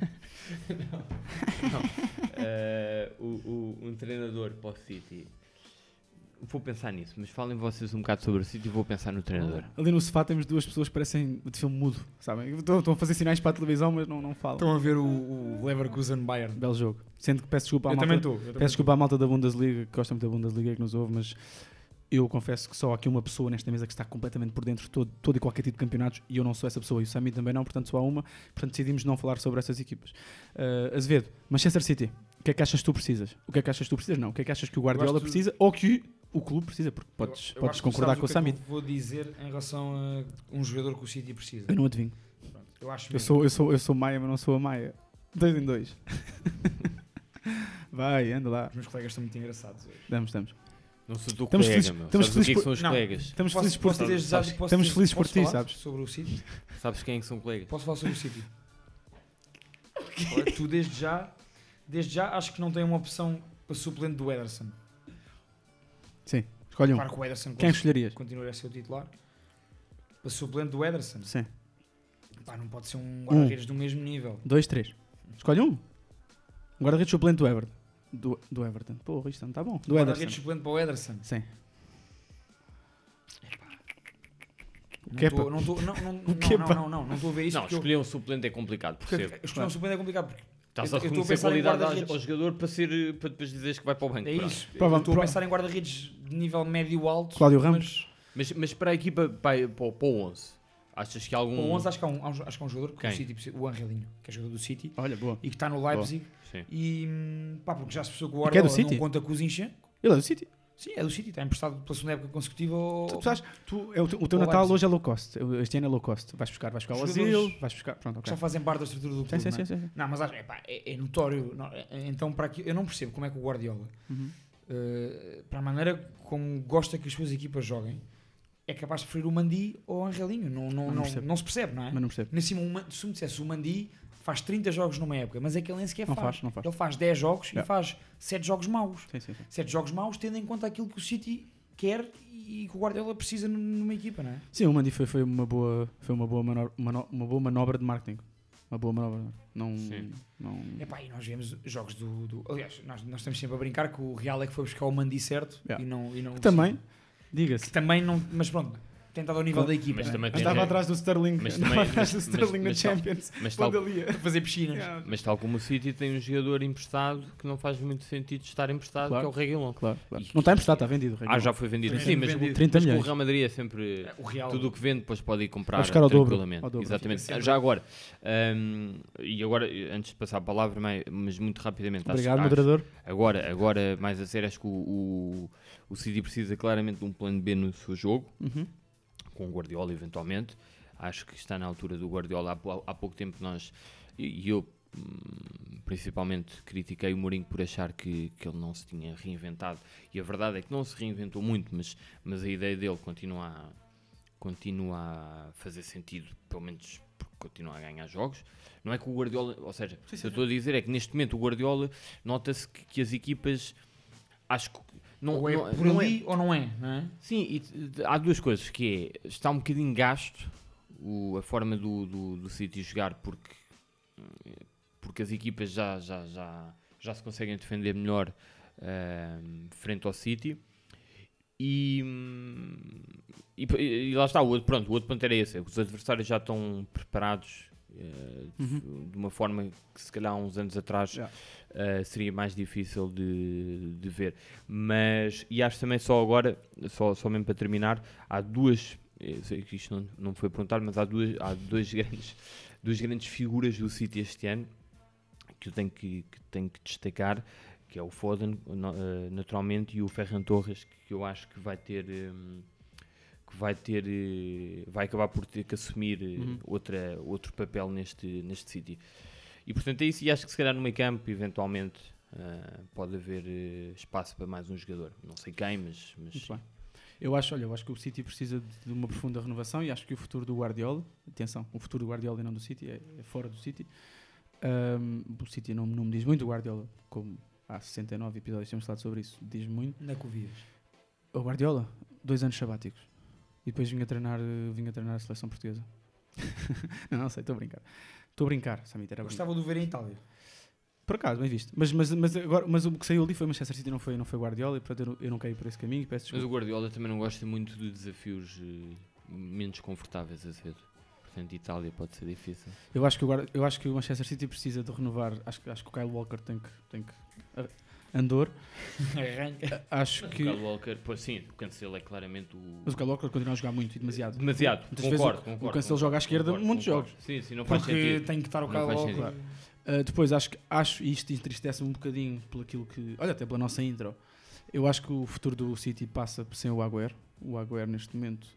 Um treinador para o City. Vou pensar nisso, mas falem vocês um bocado sobre o City e vou pensar no treinador. Ali no sofá temos duas pessoas que parecem de filme mudo, sabem? Estão a fazer sinais para a televisão, mas não falam. Estão a ver o Leverkusen Bayern. Belo jogo. Sendo que peço desculpa à Eu malta. também estou. Peço desculpa à malta da Bundesliga, que gosta muito da Bundesliga, que nos ouve, mas eu confesso que só há aqui uma pessoa nesta mesa que está completamente por dentro de todo e qualquer tipo de campeonatos, e eu não sou essa pessoa, e o Sami também não, portanto só há uma, portanto decidimos não falar sobre essas equipas. Azevedo, Manchester City, o que é que achas que tu precisas? O que é que achas que tu precisas? Não, o que é que achas que o Guardiola precisa, ou que o clube precisa, porque podes concordar com o Sami. Vou dizer em relação a um jogador que o City precisa. Eu não adivinho. Eu acho Eu sou Maia, mas não sou a Maia. 2 em 2. Vai, anda lá. Os meus colegas estão muito engraçados hoje. Estamos. Não sou teu Estamos colega, felizes- meu. estamos Sabes o que é que felizes são os Não. colegas? Estamos felizes por ti. Estamos felizes por ti, sabes? Sobre o City? Sabes quem é que são colegas? Posso falar sobre o City? Olha, tu desde já acho que não tem uma opção para suplente do Ederson. Sim, escolhe um. Claro que o Ederson Quem escolherias? continuaria a ser o titular. Para suplente do Ederson. Sim. Pá, não pode ser um guarda-redes do mesmo nível. 2, 3. Escolhe um. Um guarda-redes suplente do Everton. Do Everton. Porra, isto não está bom. Do Guarda-redes Ederson. suplente para o Ederson. Sim. Não estou a ver isso Não, porque escolher um suplente é complicado, percebo. escolher um suplente é complicado porque Estás eu a estou a reconhecer pensar em qualidade guarda-redes. ao jogador para depois dizeres que vai para o banco. É Pronto. isso. Prova- Eu estou a prova- pensar em guarda-redes de nível médio-alto. Cláudio Ramos. Mas para a equipa, para o 11, achas que há algum... O 11 acho que há um jogador que Quem? o City precisa, o Angelinho, que é jogador do City Olha, boa. e que está no Leipzig. Sim. E pá, porque já se percebeu que o E que é do Guardiola City? não conta com o Zinchenko. Ele é do City. Sim, é do City, está emprestado pela segunda época consecutiva. Ao... Tu sabes, o teu Ao Natal Leipzig. hoje é low cost. Este ano é low cost. Vais buscar o Jogadores- Asilo, vais buscar. Pronto, ok. Já fazem parte da estrutura do clube. Sim, não é? sim. Não, mas acho, é notório. Então, para aqui, eu não percebo como é que o Guardiola, Uhum. para a maneira como gosta que as suas equipas joguem, é capaz de preferir o Mandi ou o Angelinho. percebo. Não se percebe, não é? Mas não percebo. Nesse, se me dissesse o Mandi faz 30 jogos numa época, mas é que ele nem sequer Não faz. faz. Ele faz 10 jogos Yeah. e faz 7 jogos maus. Sim. 7 jogos maus, tendo em conta aquilo que o City quer e que o Guardiola precisa numa equipa, não é? Sim, o Mandy foi uma boa manobra de marketing. Uma boa manobra. Não. Sim. não... Epá, e nós vemos jogos do... Aliás, nós estamos sempre a brincar que o Real é que foi buscar o Mandi certo Yeah. e não Que também, que diga-se. também não... Mas pronto, tem estado ao nível da equipa. Mas né? também tem Andava que- atrás do Sterling. Mas Andava também- atrás do mas- Sterling na mas tal- Champions. mas tal- Quando ele ia. A fazer piscinas. Yeah. Mas tal como o City tem um jogador emprestado que não faz muito sentido estar emprestado, Claro. que é o Reguilon. Claro. E- Não está emprestado, está vendido. Já foi vendido. Foi Sim, mas, vendido. 30 mas com o milhões. Real Madrid é sempre... O Real... Tudo o que vende depois pode ir comprar Vai buscar ao dobro, tranquilamente. ao dobro. Exatamente. Fica sempre- Já agora, e agora, antes de passar a palavra, mas muito rapidamente. Obrigado, moderador. Agora, mais a sério, acho que o City precisa claramente de um plano B no seu jogo, Uhum. com o Guardiola eventualmente. Acho que está na altura do Guardiola. Há pouco tempo nós, e eu principalmente critiquei o Mourinho por achar que ele não se tinha reinventado, e a verdade é que não se reinventou muito, mas a ideia dele continua a fazer sentido, pelo menos porque continua a ganhar jogos. Não é que o Guardiola, ou seja, o que eu estou a dizer é que neste momento o Guardiola nota-se que as equipas, acho que não, Ou é não, por não ali ou não é, não é? Sim, e há duas coisas, que é, está um bocadinho gasto a forma do City jogar, porque as equipas já se conseguem defender melhor frente ao City, e lá está, o outro ponto era esse, os adversários já estão preparados de uma forma que se calhar há uns anos atrás seria mais difícil de ver. Mas, e acho também só agora, só mesmo para terminar, há duas, eu sei que isto não foi perguntado, mas há duas grandes figuras do City este ano que eu tenho que destacar, que é o Foden, naturalmente, e o Ferran Torres, que eu acho que vai acabar por ter que assumir outro papel neste City. E portanto é isso, e acho que se calhar no meio campo eventualmente pode haver espaço para mais um jogador, não sei quem, mas Muito bem. Eu acho que o City precisa de uma profunda renovação e acho que o futuro do Guardiola, atenção, o futuro do Guardiola e não do City, é fora do City. O City não me diz muito, o Guardiola, como há 69 episódios temos falado sobre isso, diz muito. Na Covias. O Guardiola, 2 anos sabáticos. E depois vim a treinar a seleção portuguesa. não sei, estou a brincar. Samit, era Gostava de o ver em Itália. Por acaso, bem visto. Mas o que saiu ali foi Manchester City, não foi Guardiola, e portanto eu não caí por esse caminho e peço Mas desculpa. o Guardiola também não gosta muito de desafios menos confortáveis a vezes. Portanto, Itália pode ser difícil. Eu acho que o Manchester City precisa de renovar. Acho que o Kyle Walker tem que Andor. Arranca. Acho O que. Kyle Walker, pô, sim, o Cancelo é claramente o... Mas o Kyle Walker continua a jogar muito e demasiado. Demasiado, Muitas concordo. vezes o Cancelo joga à esquerda muitos jogos. Sim, não faz Porque sentido. tem que estar o Não Kyle faz Walker. sentido. Depois acho e isto entristece-me um bocadinho pelo aquilo que. Olha, até pela nossa intro. Eu acho que o futuro do City passa sem o Agüero. O Agüero neste momento.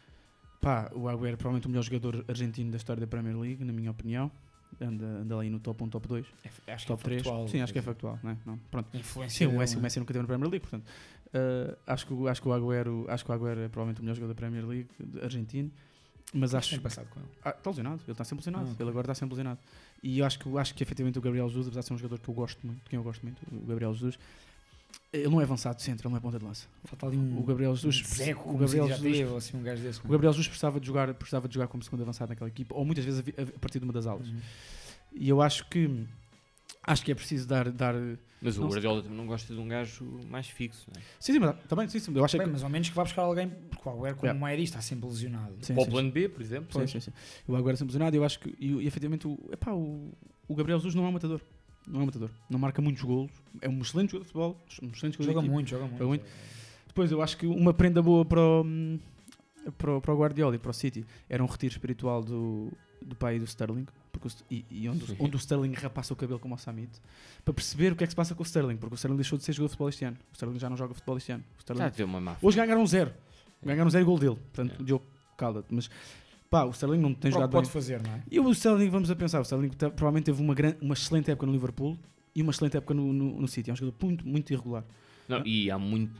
O Agüero é provavelmente o melhor jogador argentino da história da Premier League, na minha opinião. Anda ali no top 1, top 2, Acho top que é 3. factual. Sim, acho que é factual, não é? Não, pronto. Influência Sim, o dele, Messi nunca teve na Premier League, portanto. Acho que o Agüero é provavelmente o melhor jogador da Premier League argentino. Mas acho tem passado com ele. está lesionado, ele está sempre lesionado. Ok. Ele agora está sempre lesionado. E eu acho que efetivamente o Gabriel Jesus, apesar de ser um jogador que eu gosto muito, de quem eu gosto muito, o Gabriel Jesus, ele não é avançado de centro, ele não é ponta de lança. Falta ali um O Gabriel Jesus, Zeco, o Gabriel já Jesus, teve, assim, um gajo desse. o Gabriel Jesus precisava de jogar como segundo avançado naquela equipa, ou muitas vezes a partir de uma das alas. E eu acho que é preciso dar Mas o não Guardiola também não gosta de um gajo mais fixo, não é? sim, mas também, sim, eu acho Bem, que mas ao menos que vá buscar alguém, porque o Agüero, como Maedi, está sempre lesionado. sim, Para o sim, plano B, por exemplo. sim. O Agüero é sempre lesionado, eu acho que e efetivamente o Gabriel Jesus não é um matador. Não marca muitos golos, é um excelente jogador de futebol, um excelente jogador Joga de equipe. muito. muito. Depois eu acho que uma prenda boa para o Guardiola e para o City era um retiro espiritual do pai do Sterling, porque onde o Sterling rapassa o cabelo como o Samit, para perceber o que é que se passa com o Sterling, porque o Sterling deixou de ser jogador de futebol este ano. O Sterling já não joga futebol este ano. O Sterling... Já deu uma má Hoje ganharam 0. Ganharam 0 e gol dele. Portanto, Diogo, cala-te. Mas o Sterling não tem jogado pode bem. fazer, não é? E o Sterling, vamos a pensar, o Sterling provavelmente teve uma excelente época no Liverpool e uma excelente época no City. É um jogador muito, muito irregular. Não, e há muito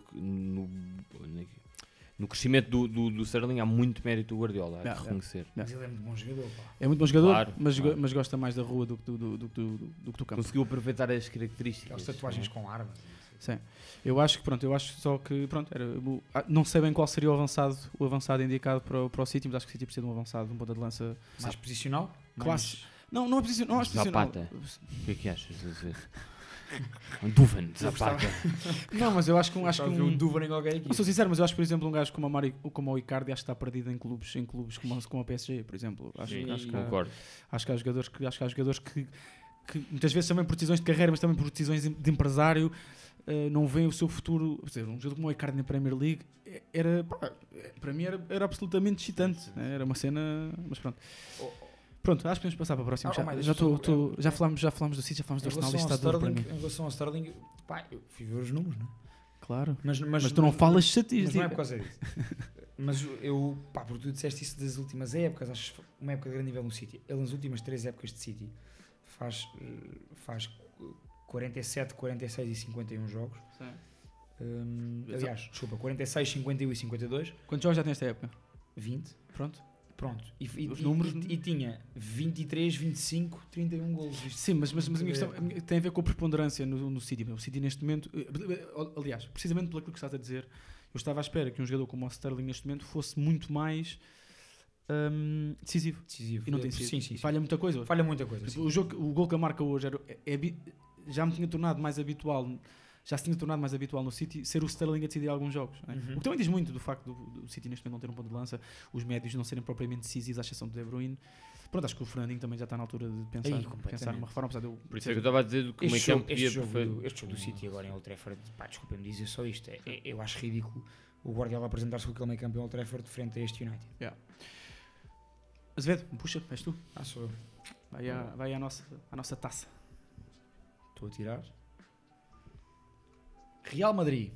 no crescimento do Sterling há muito mérito do Guardiola, há de reconhecer. Mas ele é muito bom jogador, pá. É muito bom jogador, Claro, mas gosta mais da rua do que do campo. Conseguiu aproveitar as características. Aquelas tatuagens com armas. Sim. Eu acho só que não sei bem qual seria o avançado indicado para o City, mas acho que o City precisa de um avançado, um ponta de lança Mais posicional? classe. Não é posicional. Zapata. O que achas? Um Duvan, Zapata. Não, mas eu acho que um Duvan em qualquer não equipe. sou sincero, mas eu acho que, por exemplo, um gajo como o Icardi acho que está perdido em clubes como o PSG, por exemplo. Concordo. Acho que há jogadores que muitas vezes também por decisões de carreira, mas também por decisões de empresário, não veem o seu futuro. Por exemplo, um jogador como o Icardi na Premier League para mim era absolutamente excitante. Era uma cena, mas pronto. Pronto, acho que podemos passar para o próximo. Já falámos do City, já falámos do Arsenal. Isto está duro para mim. Em relação ao Sterling, pá, eu fui ver os números, não é? Claro. Mas tu não falas Mas não é estatística. por causa disso. Mas eu, pá, porque tu disseste isso das últimas épocas, acho uma época de grande nível no City. Ele nas últimas 3 épocas de City faz 47, 46 e 51 jogos. Aliás, desculpa, 46, 51 e 52. Quantos jogos já tem esta época? 20. Pronto. E Os números... e tinha 23, 25, 31 golos. Sim, mas a minha questão tem a ver com a preponderância no City. O City neste momento, aliás, precisamente pelo que estás a dizer, eu estava à espera que um jogador como o Sterling neste momento fosse muito mais decisivo. E não tem sido. Sim. Falha muita coisa. Sim. O gol que a marca hoje já me tinha tornado mais habitual. Já se tinha tornado mais habitual no City ser o Sterling a decidir alguns jogos. Não é? O que também diz muito do facto do City neste momento não ter um ponto de lança, os médios não serem propriamente decisivos, à exceção do De Bruyne. Pronto, acho que o Fernandinho também já está na altura de pensar numa reforma. Por isso é que eu estava a dizer que o meio campo este jogo do City agora em Old Trafford, pá, desculpem-me dizer só isto, eu acho ridículo o Guardiola apresentar-se com aquele meio campo em Old Trafford frente a este United. Azevedo, puxa, és tu. Sou eu. Vai à nossa taça. Estou a tirar. Real Madrid.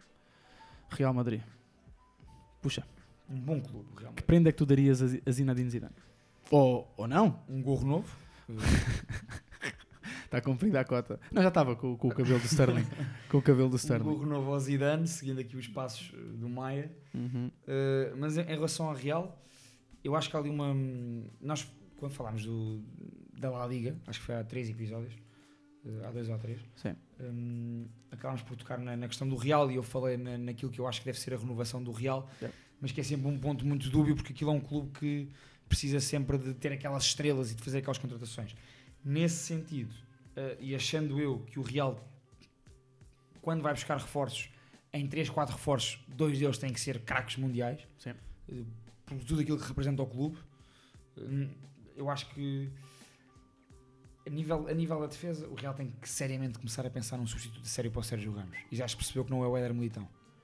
Puxa. Um bom clube, Real Madrid. Que prenda é que tu darias a Zinedine Zidane? Ou não? Um gorro novo. Está cumprida a cota. Não, já estava com o cabelo do Sterling. Com o cabelo do O Sterling. renovou ao Zidane, seguindo aqui os passos do Maia. Uhum. Mas em relação ao Real, eu acho que há ali uma... Nós, quando falámos da La Liga, acho que foi há 3 episódios, há 2 ou 3, Sim. acabámos por tocar na questão do Real e eu falei naquilo que eu acho que deve ser a renovação do Real, mas que é sempre um ponto muito dúbio, porque aquilo é um clube que precisa sempre de ter aquelas estrelas e de fazer aquelas contratações. Nesse sentido, e achando eu que o Real, quando vai buscar reforços, em 3, 4 reforços, 2 deles têm que ser craques mundiais, Sim. por tudo aquilo que representa o clube, eu acho que a nível da defesa, o Real tem que seriamente começar a pensar num substituto de sério para o Sérgio Ramos. E já se percebeu que não é o Éder Militão.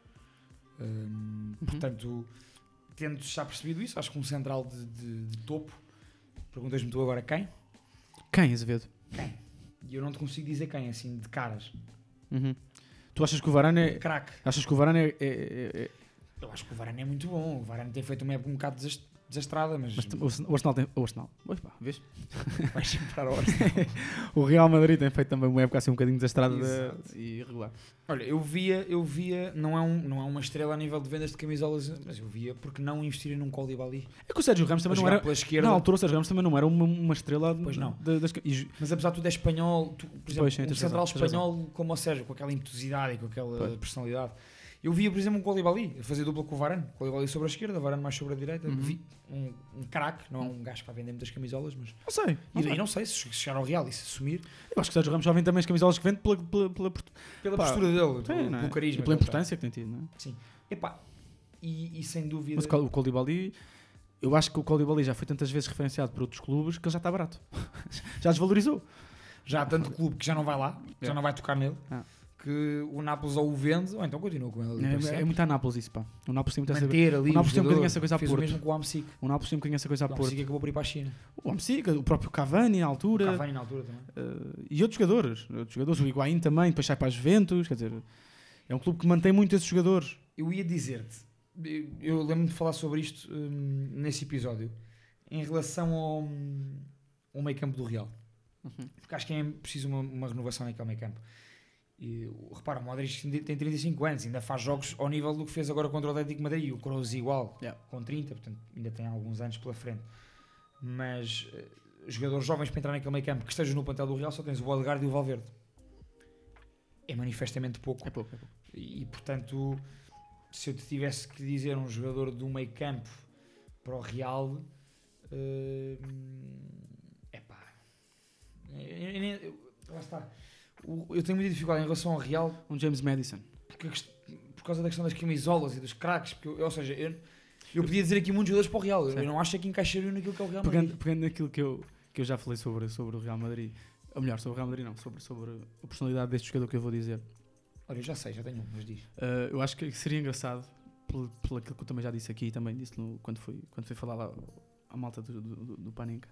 Portanto, tendo já percebido isso, acho que um central de topo. Perguntas-me tu agora quem? Quem, Azevedo? Quem? E eu não te consigo dizer quem, assim, de caras. Uhum. Tu achas que o Varane é... Craque. Achas que o Varane é... Eu acho que o Varane é muito bom. O Varane tem feito uma época um bocado desastrada, mas o Arsenal tem... O Arsenal... Oi, pá, vês? vais sempre para o Arsenal. O Real Madrid tem feito também uma época assim um bocadinho desastrada Exato. e irregular. Olha, eu via, não é uma estrela a nível de vendas de camisolas, mas eu via porque não investir num Koulibaly. É que o Sérgio Ramos também A não jogar era... pela esquerda. Na altura o Sérgio Ramos também não era uma estrela... Pois não. E Mas apesar de tudo é espanhol, por exemplo, Pois, sim, um tens central razão, tens espanhol como o Sérgio, com aquela impetuosidade e com aquela Pois. personalidade. Eu via, por exemplo, um Koulibaly, fazer dupla com o Varane. Koulibaly sobre a esquerda, Varane mais sobre a direita. Uhum. Vi um craque, não é um gajo para vender muitas camisolas, mas... Não sei. E não sei se chegar ao Real e se assumir, Eu acho que o Sérgio Ramos já vem também as camisolas que vende pela pela Pá, postura dele, sim, não é? pelo carisma. E pela que ele importância que tem tido, não é? tem. Sim. Epá, e sem dúvida... Mas o Koulibaly, eu acho que o Koulibaly já foi tantas vezes referenciado por outros clubes que ele já está barato. Já desvalorizou. Já há tanto clube que já não vai lá, já não vai tocar nele, que o Nápoles ou o vende, ou então continua com ele ali. para É sempre. muito a Nápoles isso, pá. O Nápoles tem muito essa... Manter ali o Nápoles tem um jogador, bocadinho essa coisa a fez Porto. o mesmo com o Amsic. O Nápoles tem um bocadinho essa coisa a O Porto. Amsic acabou por ir para a China. O Amsic, o próprio Cavani na altura. O Cavani na altura também. E outros jogadores. O Higuaín também, depois sai para a Juventus. Quer dizer, é um clube que mantém muito esses jogadores. Eu ia dizer-te, eu lembro-me de falar sobre isto nesse episódio, em relação ao meio campo do Real. Porque acho que é preciso uma renovação naquele meio campo. E, repara, o Modric tem 35 anos, ainda faz jogos ao nível do que fez agora contra o Atlético de Madrid, e o Kroos igual, com 30, portanto ainda tem alguns anos pela frente. Mas jogadores jovens para entrar naquele meio campo que estejam no plantel do Real, só tens o Odegaard e o Valverde. É manifestamente pouco. É pouco. E portanto, se eu te tivesse que dizer um jogador do meio campo para o Real, lá está. Eu tenho muita dificuldade em relação ao Real. Um James Maddison. Por causa da questão das camisolas e dos craques. Porque ou seja, eu podia dizer aqui muitos jogadores para o Real. Sim. Eu não acho que encaixaria naquilo que é o Real Madrid. Pegando naquilo que eu já falei sobre o Real Madrid. Ou melhor, sobre o Real Madrid não. Sobre a personalidade deste jogador que eu vou dizer. Olha, eu já sei, já tenho um, mas diz. Eu acho que seria engraçado, pelo aquilo que eu também já disse aqui, também disse quando fui falar lá à malta do Panenka.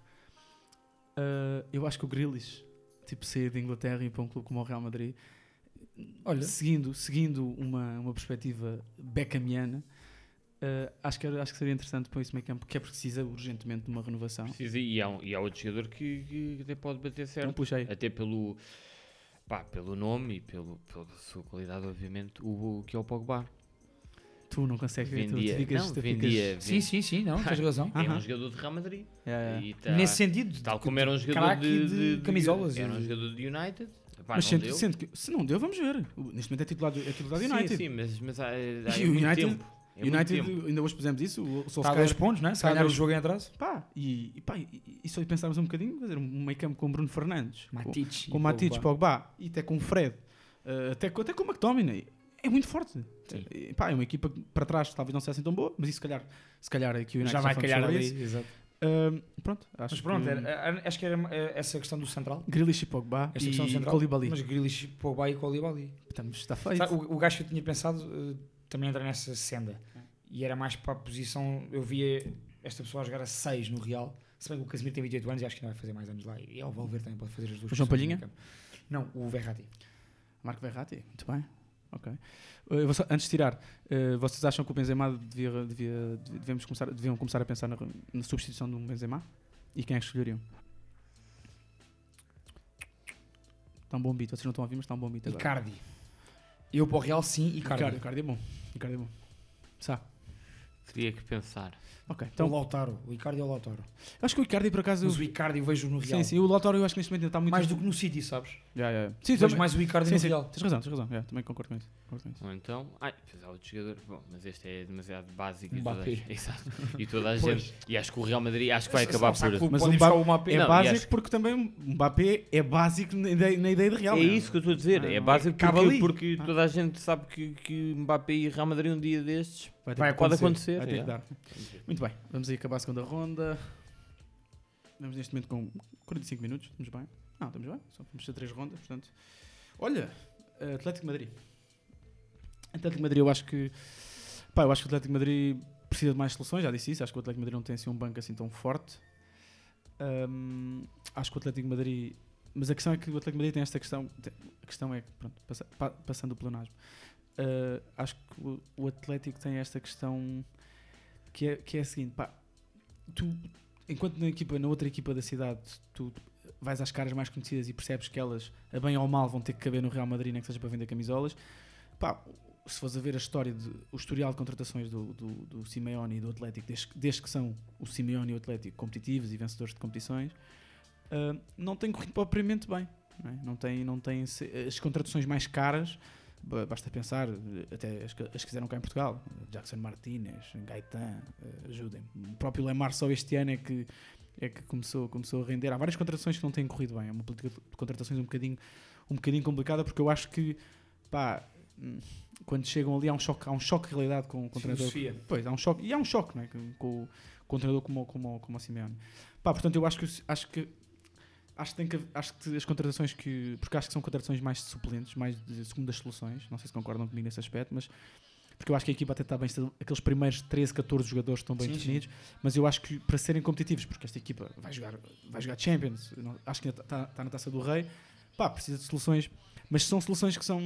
Eu acho que o Grealish, tipo, sair da Inglaterra e ir para um clube como o Real Madrid, olha, seguindo uma perspectiva beckhamiana, acho que seria interessante para esse meio campo, que é precisa urgentemente de uma renovação. Precisa, e há outro jogador que até pode bater certo. Não puxei. Até pelo nome e pela sua qualidade, obviamente, que é o Pogba. Tu não consegues ver, vendia. Sim, não, tens razão. É um jogador de Real Madrid. E Nesse sentido, tal como era um jogador de camisolas. Era um jogador de United. Mas sendo que, se não deu, vamos ver. Neste momento é titular do United. Sim, mas há E o muito United, tempo. United ainda hoje pusemos isso. O Está a 2 pontos, né? Se ganhar o jogo em atraso. E só pensarmos um bocadinho, fazer um meio campo com Bruno Fernandes, Matic, com Matic, Pogba e até com Fred, até com o McTominay. É muito forte. É uma equipa que para trás talvez não seja assim tão boa, mas isso se calhar aqui o United já vai calhar ali. Exato. Pronto, acho que era essa questão do central. Grealish e Pogba e Koulibaly. Mas Grealish, Pogba e Koulibaly. Está feito. O gajo que eu tinha pensado também entra nessa senda. E era mais para a posição. Eu via esta pessoa a jogar a 6 no Real. Se bem que o Casemiro tem 28 anos e acho que não vai fazer mais anos lá. E o Valverde também pode fazer as duas. O João Palhinha? Não, o Verratti. Marco Verratti, muito bem. Ok. Antes de tirar, vocês acham que o Benzema deviam começar a pensar na substituição de um Benzema? E quem é que escolheriam? Está um bom beat. Vocês não estão a ouvir, mas está um bom beat agora. Icardi. Eu para o Real, sim, Icardi. Icardi é bom. Icardi é bom. Sá. Teria que pensar. Ok, Então, então o Lautaro. O Icardi é o Lautaro. acho que o Icardi por acaso... Mas o Icardi eu vejo no Real. Sim, o Lautaro eu acho que neste momento ainda está muito... Mais do que no City, sabes? Sim, Vejo mais o Icardi no Real. Tens razão. Também concordo com isso. Ou então, fez outro jogador. Bom, mas este é demasiado básico. Mbappé. Exato. E toda a Pois. gente. E acho que o Real Madrid vai acabar por. Mas Pode o buscar Mbappé o Mbappé. é Não, e básico acho- porque também o Mbappé é básico na ideia de Real. É isso que eu estou a dizer. É básico cabe ali. porque toda a gente sabe que Mbappé e Real Madrid um dia destes pode acontecer. Vai ter que é. dar. Muito bem, vamos aí acabar a segunda ronda. Estamos neste momento com 45 minutos. Estamos bem? Não, estamos bem. Só vamos ter 3 rondas, portanto. Olha, Atlético de Madrid. Atlético de Madrid, eu acho que o Atlético de Madrid precisa de mais soluções, já disse isso. Acho que o Atlético de Madrid não tem assim um banco assim tão forte. Acho que o Atlético de Madrid. Mas a questão é que o Atlético de Madrid tem esta questão. A questão é que, pronto, passando o pleonasmo. Acho que o Atlético tem esta questão que é a seguinte, pá, tu, enquanto na outra equipa da cidade, tu vais às caras mais conhecidas e percebes que elas, a bem ou mal, vão ter que caber no Real Madrid, nem que seja para vender camisolas. Pá, se fores a ver o historial de contratações do Simeone e do Atlético, desde que são o Simeone e o Atlético competitivos e vencedores de competições, não tem corrido propriamente bem, não é? Não tem as contratações mais caras. Basta pensar, até as que fizeram cá em Portugal, Jackson Martínez, Gaetan, ajudem-me. O próprio Lemar só este ano é que começou a render. Há várias contratações que não têm corrido bem. É uma política de contratações um bocadinho complicada, porque eu acho que, pá, quando chegam ali há um choque de realidade com o treinador. Pois, há um choque, e há um choque, não é? Com o treinador como o Simeone. Pá, portanto, eu acho que as contratações porque acho que são contratações mais suplentes, mais de segundas soluções, não sei se concordam comigo nesse aspecto, mas porque eu acho que a equipa até está bem, aqueles primeiros 13, 14 jogadores estão bem definidos, mas eu acho que para serem competitivos, porque esta equipa vai jogar Champions, acho que ainda está na Taça do Rei, pá, precisa de soluções, mas são soluções que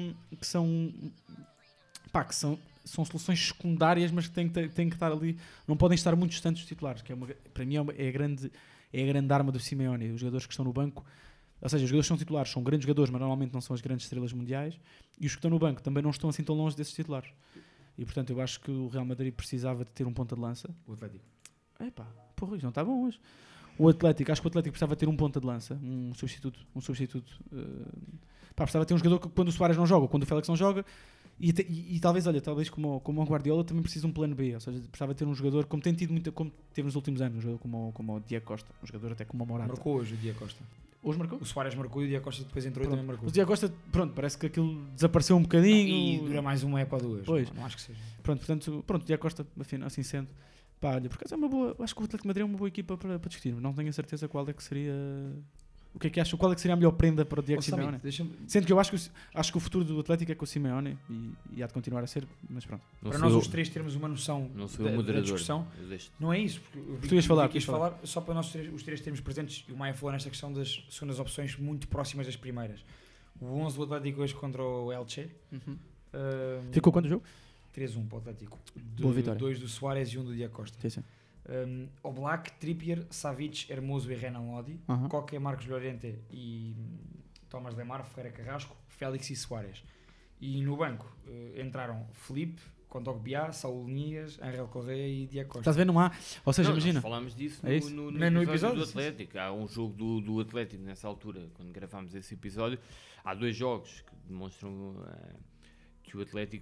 são soluções secundárias, mas que têm que estar ali, não podem estar muito distantes dos titulares, que para mim é a grande arma do Simeone. Os jogadores que estão no banco, ou seja, os jogadores que são titulares, são grandes jogadores, mas normalmente não são as grandes estrelas mundiais, e os que estão no banco também não estão assim tão longe desses titulares. E portanto eu acho que o Real Madrid precisava de ter um ponta de lança. O Atlético. Porra, isto não está bom hoje. Acho que o Atlético precisava ter um ponta de lança, um substituto. Precisava ter um jogador que quando o Suárez não joga, quando o Félix não joga, e talvez como o Guardiola também precisa de um plano B, ou seja, precisava ter um jogador como tem tido como teve nos últimos anos, um jogador como o Diego Costa, um jogador até como o Morata. Marcou hoje o Diego Costa. Hoje marcou? O Suárez marcou e o Diego Costa depois entrou e também marcou. O Diego Costa, pronto, parece que aquilo desapareceu um bocadinho. E dura mais uma época ou duas. Pois. Não acho que seja. Portanto, o Diego Costa, assim sendo, pá, olha, por acaso é uma boa, acho que o Atlético de Madrid é uma boa equipa para discutir, mas não tenho a certeza qual é que seria... O que é que acho? Qual é que seria a melhor prenda para o Diego Simeone? Sendo que eu acho que o futuro do Atlético é com o Simeone e há de continuar a ser, mas pronto. Para nós os três termos uma noção da discussão, não é isso, porque tu ias falar, só para nós os três termos presentes, e o Maia falou nesta questão das segundas opções muito próximas das primeiras. O 11 do Atlético hoje contra o Elche. Ficou quanto o jogo? 3-1 para o Atlético. Boa vitória. 2 do Suárez e 1 do Diego Costa. Sim. Oblak, Trippier, Savic, Hermoso e Renan Lodi, Coque, Marcos Llorente e Tomás Lemar, Ferreira Carrasco, Félix e Suárez. E no banco entraram Felipe, Kondogbia, Saúl Nias, Angel Correia e Diego Costa. Estás a ver? Não há. Ou seja, imagina. Nós falámos disso no episódio do Atlético. Há um jogo do Atlético nessa altura, quando gravámos esse episódio. Há 2 jogos que demonstram que o Atlético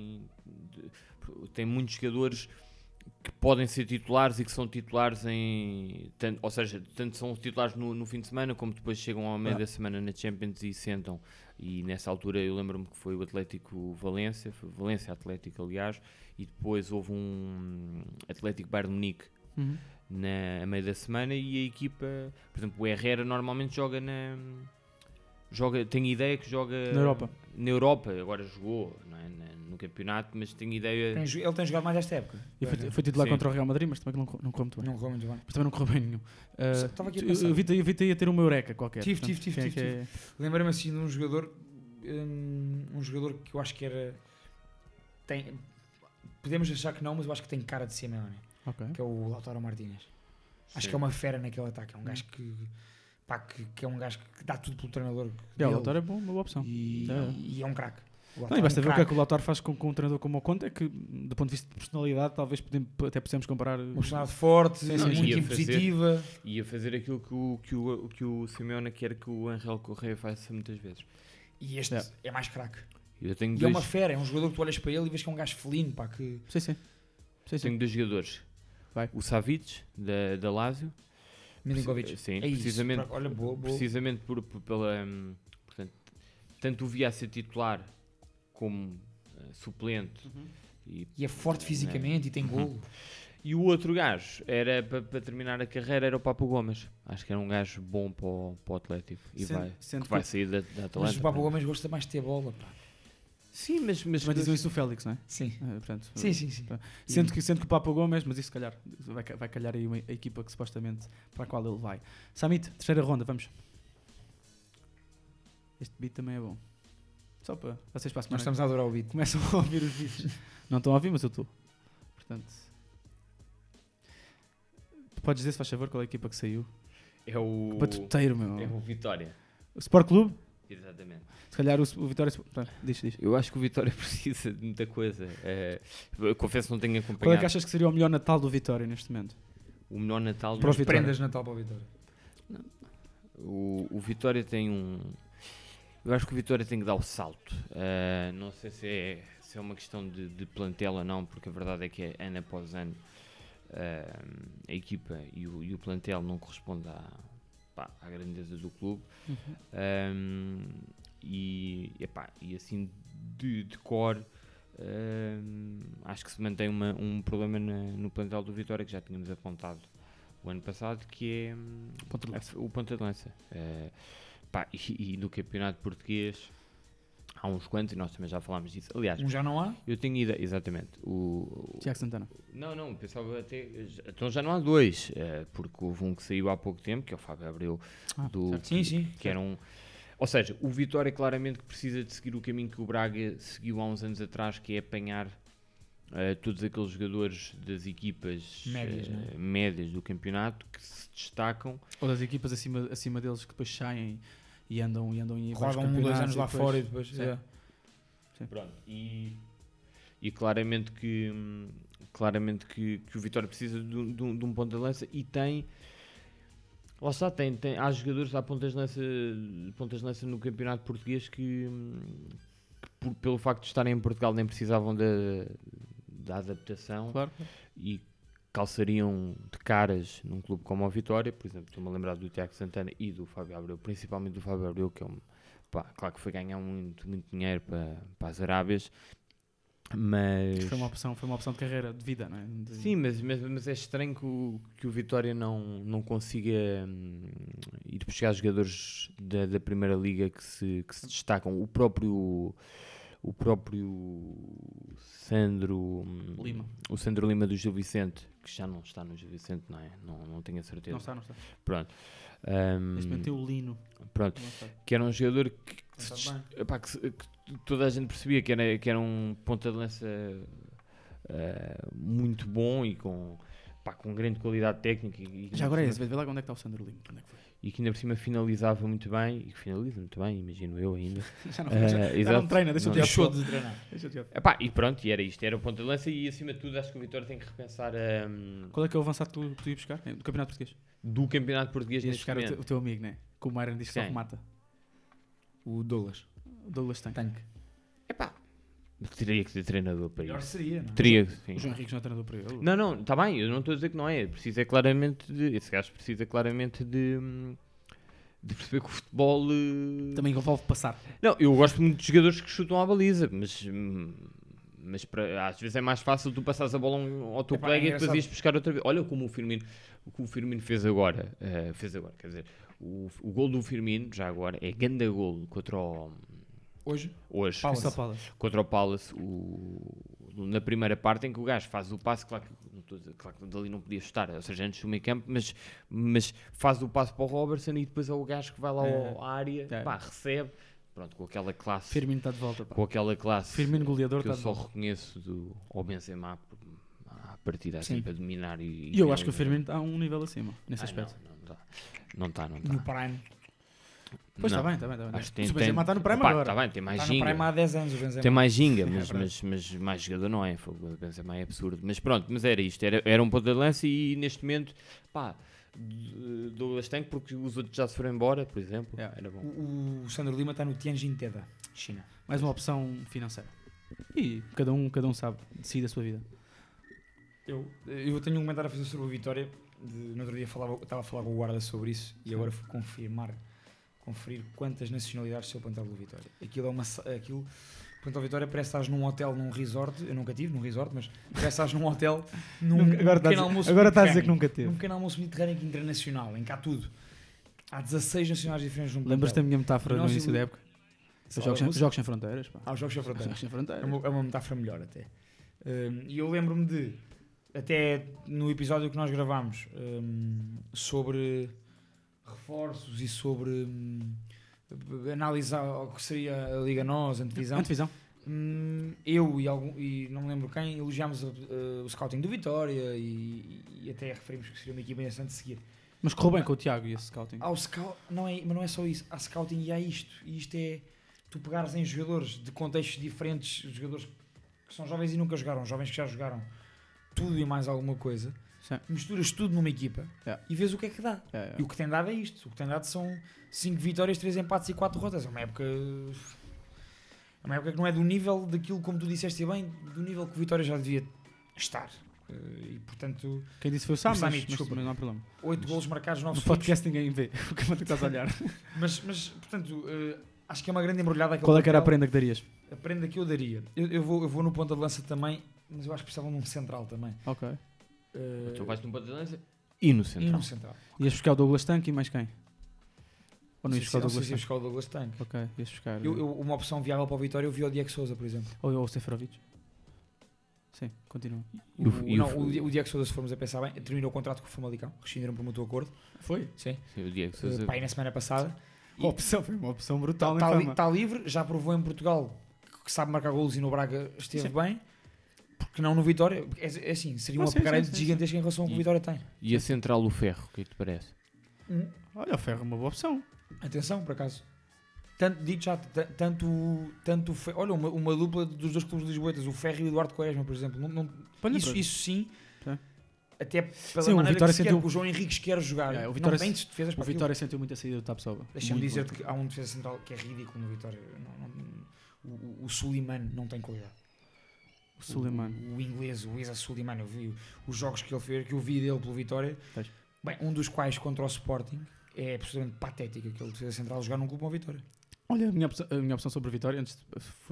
tem muitos jogadores que podem ser titulares e que são titulares ou seja, tanto são titulares no fim de semana como depois chegam ao meio da semana na Champions e sentam. E nessa altura eu lembro-me que foi o Atlético Valência Atlético aliás, e depois houve um Atlético Bayern Munique a meio da semana, e a equipa, por exemplo, o Herrera normalmente tenho ideia que joga na Europa, agora jogou, não é? No campeonato, mas tenho ideia... Ele tem jogado mais esta época. E foi titular contra o Real Madrid, mas também não correu muito bem. Não correu muito bem. Mas também não correu bem nenhum. Estava aqui a pensar. Eu vi-te aí a ter uma eureka qualquer. Tive. Lembro-me assim de um jogador que eu acho que era... Podemos achar que não, mas eu acho que tem cara de Simeone. Que é o Lautaro Martínez. Acho que é uma fera naquele ataque. É um gajo que pá, que é um gajo que dá tudo pelo treinador. O dele. Lautaro é bom, uma boa opção. E é um craque. Não, e basta ver o que é que o Lautaro faz com um treinador como o Conte, é que, do ponto de vista de personalidade, talvez até possamos comparar. Uma personalidade forte, Sim, sim, muito ia impositiva. E a fazer aquilo que o Simeone quer que o Angel Correia faça muitas vezes. E este é mais craque. Eu tenho E é uma fera, é um jogador que tu olhas para ele e vês que é um gajo felino, pá, que... Sim. Tenho 2 jogadores. Vai. O Savic, da Lazio. Milinkovic. Sim, É isso, precisamente, olha, boa. precisamente pela... portanto, tanto o via a ser titular como suplente. E é forte fisicamente e tem golo. E o outro gajo, era para terminar a carreira, era o Papo Gomes. Acho que era um gajo bom para o Atlético. E vai sair da Atalanta. Mas o Papo Gomes gosta mais de ter bola, pá. Sim, mas dizem isso o Félix, não é? Sim. Portanto, Sim. Sendo que o Papo Gomes, mas isso se calhar vai calhar aí a equipa que supostamente para a qual ele vai. Samit, terceira ronda, vamos. Este beat também é bom. Só para vocês para a semana. Nós estamos a adorar o beat. Começam a ouvir os beats. Não estão a ouvir, mas eu estou. Portanto, tu podes dizer, se faz favor, qual é a equipa que saiu? É o... Batuteiro, meu. É o Vitória. O Sport Clube? Exatamente. Se calhar o Vitória... Diz. Eu acho que o Vitória precisa de muita coisa. Eu confesso que não tenho acompanhado. Qual é que achas que seria o melhor Natal do Vitória neste momento? O melhor Natal... Para o Vitória. Prendas de Natal para o Vitória. O Vitória tem um... Eu acho que o Vitória tem que dar o salto. Não sei se é uma questão de plantel ou não, porque a verdade é que ano após ano a equipa e o plantel não corresponde à grandeza do clube. E assim de cor acho que se mantém um problema no plantel do Vitória, que já tínhamos apontado o ano passado, que é o ponta de lança. E no campeonato português há uns quantos, e nós também já falámos disso. Aliás, já não há? Eu tenho ido, exatamente. O Tiago Santana. Não, pensava até. Então já não há 2, porque houve um que saiu há pouco tempo, que é o Fábio Abreu. Que era um. Ou seja, o Vitória claramente que precisa de seguir o caminho que o Braga seguiu há uns anos atrás, que é apanhar todos aqueles jogadores das equipas médias do campeonato que se destacam. Ou das equipas acima deles que depois saem e andam em rodam 1 ou 2 anos lá fora e depois... Sim. Pronto. E claramente que o Vitória precisa de um ponta de lança e tem... Lá está, há jogadores, há pontas de lança no campeonato português que pelo facto de estarem em Portugal nem precisavam da adaptação, claro. E calçariam de caras num clube como o Vitória. Por exemplo, estou-me a lembrar do Tiago Santana e do Fábio Abreu, principalmente do Fábio Abreu, que é claro que foi ganhar muito dinheiro para as Arábias, mas foi uma opção de carreira, de vida, não é? Sim, mas é estranho que o Vitória não consiga ir buscar jogadores da Primeira Liga que se destacam. O próprio Sandro Lima. O Sandro Lima do Gil Vicente, que já não está no Gil Vicente, não é? Não tenho a certeza. Não está. Pronto. Neste momento tem o Lino. Pronto. Que era um jogador que toda a gente percebia que era um ponta de lança muito bom e com grande qualidade técnica. Já agora vê lá onde é que está o Sandro Lima. Onde é que foi? E que ainda por cima finalizava muito bem, e que finaliza muito bem, imagino eu ainda. já não treina, deixou de treinar. E pronto, e era isto, era o ponto de lança, e acima de tudo acho que o Vitória tem que repensar... Qual é que é o avançado que tu ia buscar? Do Campeonato Português? Do Campeonato Português neste buscar momento. O teu amigo, né? Como era diz que só remata. O Douglas. O Douglas Tanque. Teria que ter treinador para melhor isso. Seria, não? Teria, sim. O João Henrique não é treinador para ele. Não, está bem, eu não estou a dizer que não é. Precisa claramente esse gajo precisa claramente de perceber que o futebol... Também envolve passar. Não, eu gosto muito de jogadores que chutam à baliza, mas às vezes é mais fácil tu passares a bola ao teu colega e depois ires buscar outra vez. Olha como o Firmino fez agora. Quer dizer, o gol do Firmino, já agora, é ganda gol contra o... Hoje? Palace. Contra o Palace, na primeira parte em que o gajo faz o passe, claro que dali não podia estar, ou seja, antes do meio campo, mas faz o passe para o Robertson e depois é o gajo que vai lá à área, recebe, pronto, com aquela classe. Firmino está de volta. Com aquela classe. Firmino goleador que eu só reconheço ao Benzema a partir assim para dominar. E eu acho que o Firmino está a um nível acima, nesse aspecto. Não está. No Prime. Pois está Não. bem, está bem. Acho que Se o Benzema está no Prime Pá, agora. Está bem, tem mais Está no Prime ginga. há 10 anos o Benzema. Tem mais ginga, verdade. mas mais jogador não é. O Benzema é absurdo. Mas pronto, mas era isto. Era um ponto de lança e neste momento, pá, Douglas Tanque, porque os outros já se foram embora, por exemplo. Yeah. Era bom. O Sandro Lima está no Tianjin Teda, China. Mais uma opção financeira. E cada um sabe, decide a sua vida. Eu tenho um comentário a fazer sobre o Vitória. No outro dia estava a falar com o guarda sobre isso e agora fui conferir quantas nacionalidades tem o plantel do Vitória. Aquilo, o plantel do Vitória parece que estás num hotel, num resort. Eu nunca tive num resort, mas parece que estás num hotel, Agora está a dizer que nunca teve. num pequeno almoço mediterrâneo internacional, em que há tudo. Há 16 nacionalidades diferentes num plantel. Lembras-te da minha metáfora no Nós início da época? Jogos sem fronteiras. Pá. Os Jogos Sem Fronteiras. Jogos sem fronteiras. É uma metáfora melhor até. E eu lembro-me de, até no episódio que nós gravámos, sobre reforços e sobre analisar o que seria a Liga NOS, antevisão. Eu e não me lembro quem elogiámos o scouting do Vitória e até referimos que seria uma equipa interessante de seguir. Mas correu bem com o Tiago e esse scouting. Mas não é só isso. Há scouting e há isto. E isto é tu pegares em jogadores de contextos diferentes, jogadores que são jovens e nunca jogaram, jovens que já jogaram tudo e mais alguma coisa. Sim. Misturas tudo numa equipa e vês o que é que dá. E o que tem dado é isto. O que tem dado são 5 vitórias, 3 empates e 4 derrotas. É uma época que não é do nível daquilo, como tu disseste bem, do nível que o Vitória já devia estar. E portanto, quem disse foi o Sam, Samit, mas desculpa. não há problema. 8 golos marcados, 9 No sofridos. podcast ninguém vê o que estás a olhar. Mas portanto, acho que é uma grande embrulhada. Qual é que era a prenda que darias? A prenda que eu daria. Eu vou no ponta de lança também, mas eu acho que precisavam de um central também. Ok. Tu vais num ponto de lança e no central. E no central. Ias buscar o Douglas Tanque e mais quem? Ou não ias buscar o Não Douglas sei se ia Tanque? buscar o Douglas Tanque. Ok, ias buscar. Uma opção viável para o Vitória, eu vi o Diego Sousa, por exemplo. Ou o Seferovic? Sim, continua. O Diego Sousa, se formos a pensar bem, terminou o contrato com o Famalicão, rescindiram por mútuo acordo. Foi? Sim. O Diego Sousa. Pai, na semana passada. Foi uma opção brutal em Fama. Está livre, já provou em Portugal que sabe marcar golos e no Braga esteve bem. Porque não no Vitória? É assim, seria uma picareta gigantesca em relação ao que o Vitória tem. E a central do Ferro, o que é que te parece? Olha, o Ferro é uma boa opção. Atenção, por acaso. Olha, uma dupla dos dois clubes lisboetas, o Ferro e o Eduardo Quaresma, por exemplo. Isso sim. Até pela maneira que o João Henriques quer jogar. O Vitória, não tem defesas para o Vitória sentiu muita saída do Tapsoba. Deixa-me dizer-te que há um defesa central que é ridículo no Vitória. O Suleiman não tem qualidade. O Suleiman. O inglês, o Isa Suleiman, eu vi os jogos que ele fez, que eu vi dele pelo Vitória. Bem, um dos quais contra o Sporting é absolutamente patético aquele defesa central jogar num clube com a Vitória. Olha, a minha opção sobre a Vitória, antes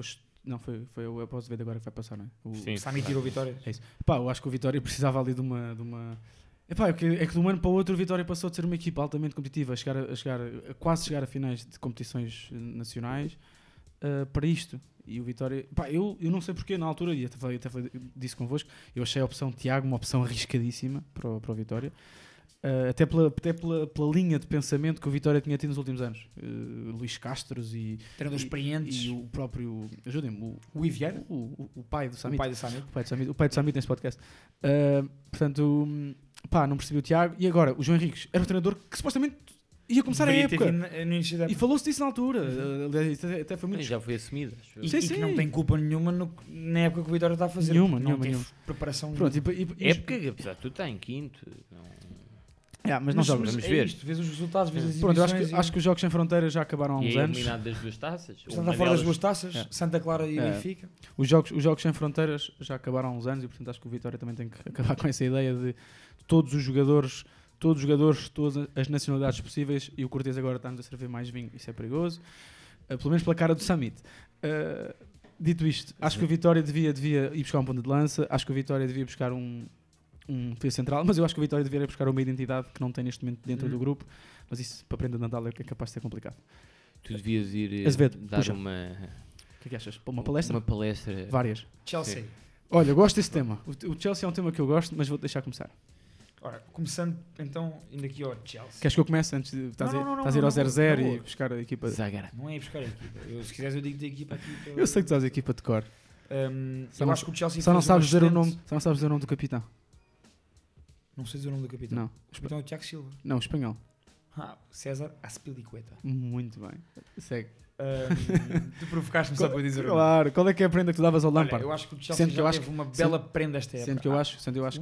foi o Azevedo agora que vai passar, não é? Sim, Sami tirou a Vitória. É isso. Pá, eu acho que o Vitória precisava ali de uma... Epá, é que de um ano para o outro o Vitória passou de ser uma equipa altamente competitiva, a quase chegar a finais de competições nacionais, para isto. E o Vitória... Pá, eu não sei porquê, na altura, e até disse convosco, eu achei a opção Tiago uma opção arriscadíssima para o Vitória. Até pela linha de pensamento que o Vitória tinha tido nos últimos anos. Luís Castros e treinadores experientes e o próprio, ajudem-me, o Ivier, o pai do Samit. O pai do Samit nesse podcast. Portanto, pá, não percebi o Tiago. E agora, o João Henriques era o treinador que supostamente ia começar a época. E falou-se disso na altura. Até foi muito... Já foi assumido. E que não tem culpa nenhuma na época que o Vitória está a fazer. Nenhuma. Preparação nenhuma. Época, apesar de tudo, está em quinto. Mas não vamos ver. Isto, vês os resultados, vês as Pronto, exibições. Acho que os Jogos Sem Fronteiras já acabaram há uns anos. Eliminado das duas taças. Está fora das duas taças, Santa Clara e Benfica. Os Jogos Sem Fronteiras já acabaram há uns anos e, portanto, acho que o Vitória também tem que acabar com essa ideia de todos os jogadores, todas as nacionalidades possíveis, e o Cortez agora está-nos a servir mais vinho, isso é perigoso. Pelo menos pela cara do Samit. Dito isto, acho que o Vitória devia ir buscar um ponto de lança, acho que o Vitória devia buscar um defesa central, mas eu acho que o Vitória deveria buscar uma identidade que não tem neste momento dentro do grupo, mas isso para a prenda de Natal é capaz de ser complicado. Tu devias ir dar uma... O que achas? Uma palestra? Uma palestra. Várias. Chelsea. Sim. Olha, gosto desse tema. O Chelsea é um tema que eu gosto, mas vou-te deixar começar. Ora, começando então, indo aqui ao Chelsea. Queres que eu comece antes de estás a ir ao 0-0 e buscar a equipa? Zagara. Não é ir buscar a equipa. Se quiseres eu digo-te a equipa aqui. Eu sei que estás a equipa de cor. Eu acho que o Chelsea só não sabes dizer o nome do capitão. Não sei dizer o nome do capitão. Não. O capitão é o Tiago Silva. Não, espanhol. César Azpilicueta. Muito bem. Segue. Tu provocaste-me só para dizer o nome. Claro. Qual é que é a prenda que tu davas ao Olha, Lampard? eu acho que o Chelsea Sendo que eu já acho teve que- uma bela prenda esta época. Sendo que eu acho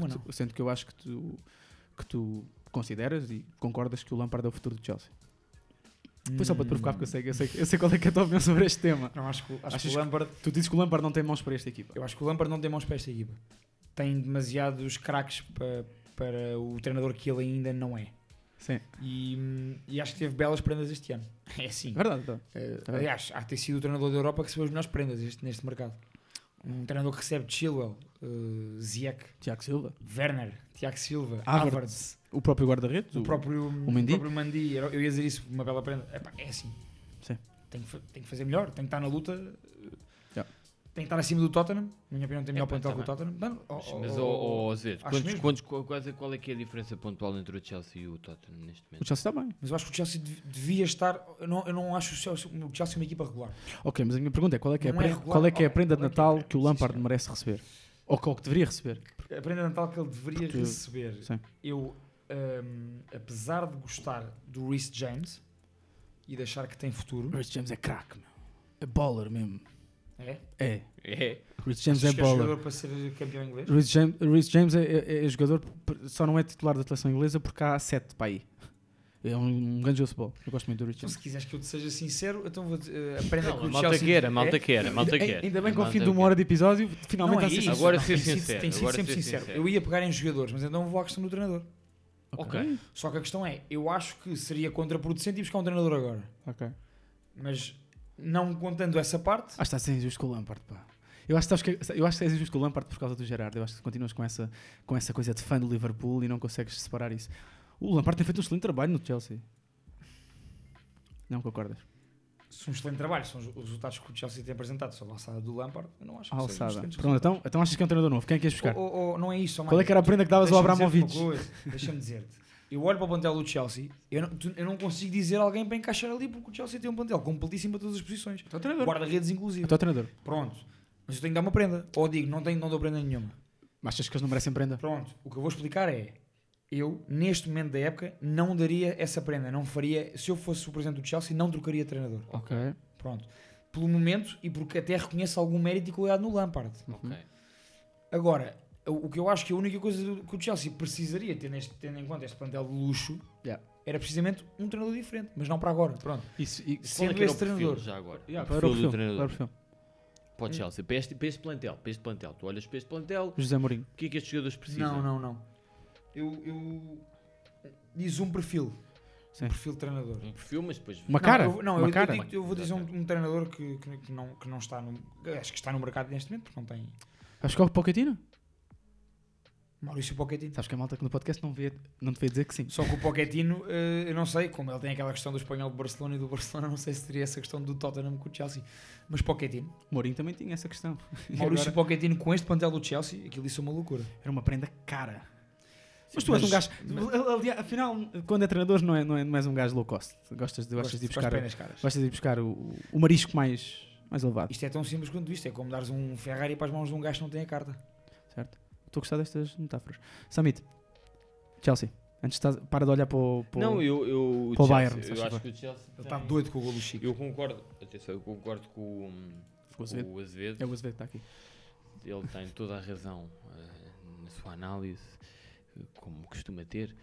que tu consideras e concordas que o Lampard é o futuro do Chelsea. Foi só para te provocar, porque eu sei qual é que é a tua opinião sobre este tema. Não, acho que Achas o Lampard... Tu dizes que o Lampard não tem mãos para esta equipa. Eu acho que o Lampard não tem mãos para esta equipa. Tem demasiados craques para o treinador que ele ainda não é. Sim. E acho que teve belas prendas este ano. É assim. Verdade. Aliás, há de ter sido o treinador da Europa que recebeu as melhores prendas neste mercado. Um treinador que recebe Chilwell, Ziyech, Tiago Silva. Werner, Tiago Silva, Havertz. Havertz, O próprio guarda-redes. o próprio Mendy. Mendy. Eu ia dizer isso, uma bela prenda. Epá, é assim. Sim. Tem que fazer melhor, tem que estar na luta. Yeah. Tem que estar acima do Tottenham. Na minha opinião, tem melhor Epá, plantel tá que o Tottenham. Não, Mas, Zé, acho mesmo. qual é que é a diferença pontual entre o Chelsea e o Tottenham neste O momento? Chelsea está bem. Mas eu acho que o Chelsea devia estar. Eu não acho o Chelsea uma equipa regular. Ok, mas a minha pergunta é qual é que é, Não é a regular. prenda de Qual é que é a Natal prenda? que o Sim, Lampard senhor. merece receber? Ou que deveria receber? A prenda de Natal que ele deveria Porque- receber. Sim. Eu, apesar de gostar do Reece James e de achar que tem futuro, Reece James é craque, meu. É baller mesmo. é? É. É. Reece James Achas é que é baller. jogador para ser campeão inglês? Reece James é jogador, só não é titular da seleção inglesa porque há 7 para aí. É um grande jogo de futebol. Eu gosto muito do Reece Então, James. se quiseres que eu te seja sincero, então vou aprenda Não, que a o malta Chelsea quer, a malta é. quer, a malta quer. Ainda bem que ao A fim de malta uma hora quer. de episódio, finalmente Não é está a ser isso. Agora Não, ser tem sido- sincero, Tem sido agora sempre ser sincero. sincero. Eu ia pegar em jogadores, mas então vou à questão do treinador. Ok. Só que a questão é, eu acho que seria contraproducente ir buscar um treinador agora. Ok. Mas não contando essa parte, Acho que está a ser injusto com o Lampard, pá. Eu acho que é injusto com o Lampard por causa do Gerrard. Eu acho que continuas com essa coisa de fã do Liverpool e não consegues separar isso. O Lampard tem feito um excelente trabalho no Chelsea. Não concordas? se um excelente trabalho são os resultados que o Chelsea tem apresentado sobre a alçada do Lampard, eu não acho que A sejam alçada. excelentes Pronto, resultados. então achas que é um treinador novo? Quem é que ias buscar? Não é isso, Qual é que era a prenda que davas ao Abramovich? Deixa-me dizer-te. Eu olho para o plantel do Chelsea, eu não consigo dizer alguém para encaixar ali porque o Chelsea tem um plantel completíssimo para todas as posições. É o treinador. Guarda-redes inclusive. É o teu treinador. Pronto. Mas eu tenho que dar uma prenda. Ou digo, não dou prenda nenhuma. Mas achas que eles não merecem prenda? Pronto. O que eu vou explicar é, eu, neste momento da época, não daria essa prenda. Não faria, se eu fosse o presidente do Chelsea, não trocaria de treinador. Ok. Pronto. Pelo momento e porque até reconheço algum mérito e qualidade no Lampard. Ok. Agora, o que eu acho que a única coisa que o Chelsea precisaria, tendo em conta este plantel de luxo, Yeah. era precisamente um treinador diferente, mas não para agora. Pronto. Isso, Qual é Sendo que era esse o perfil treinador. já agora? yeah, O para o perfil do perfil, treinador. para o perfil. Para o Chelsea, para este plantel. Tu olhas para este plantel, José Mourinho. o que é que estes jogadores precisam? Não. Eu diz um perfil. Sim. Um perfil de treinador. Um perfil, mas depois... Uma cara. Eu cara. eu vou dizer um treinador que não está no... Acho que está no mercado neste momento, porque não tem... Acho que é o Pochettino. Maurício Pochettino. Sabes que a malta que no podcast não te vê dizer que sim. Só que o Pochettino, eu não sei, como ele tem aquela questão do espanhol do Barcelona e do Barcelona, não sei se teria essa questão do Tottenham com o Chelsea. Mas Pochettino, Mourinho também tinha essa questão. E Maurício agora Pochettino com este plantel do Chelsea, aquilo isso é uma loucura. era uma prenda cara. Mas tu és um gajo. Aliás, afinal, quando é treinador, não és um gajo low cost. Gostas de ir Gosto buscar, prendas caras. gostas de ir buscar o marisco mais elevado. Isto é tão simples quanto isto, é como dares um Ferrari para as mãos de um gajo que não tem a carta. Certo? Estou a gostar destas metáforas. Samit, Chelsea. Antes para de olhar para o. Não, eu para o Chelsea, Bayern, se eu faz acho favor. que o Chelsea Ele está tem- doido com o golo do Chico. Eu concordo, atenção, eu concordo com O Azevedo. o Azevedo. É o Azevedo que está aqui. Ele tem toda a razão na sua análise, como costuma ter.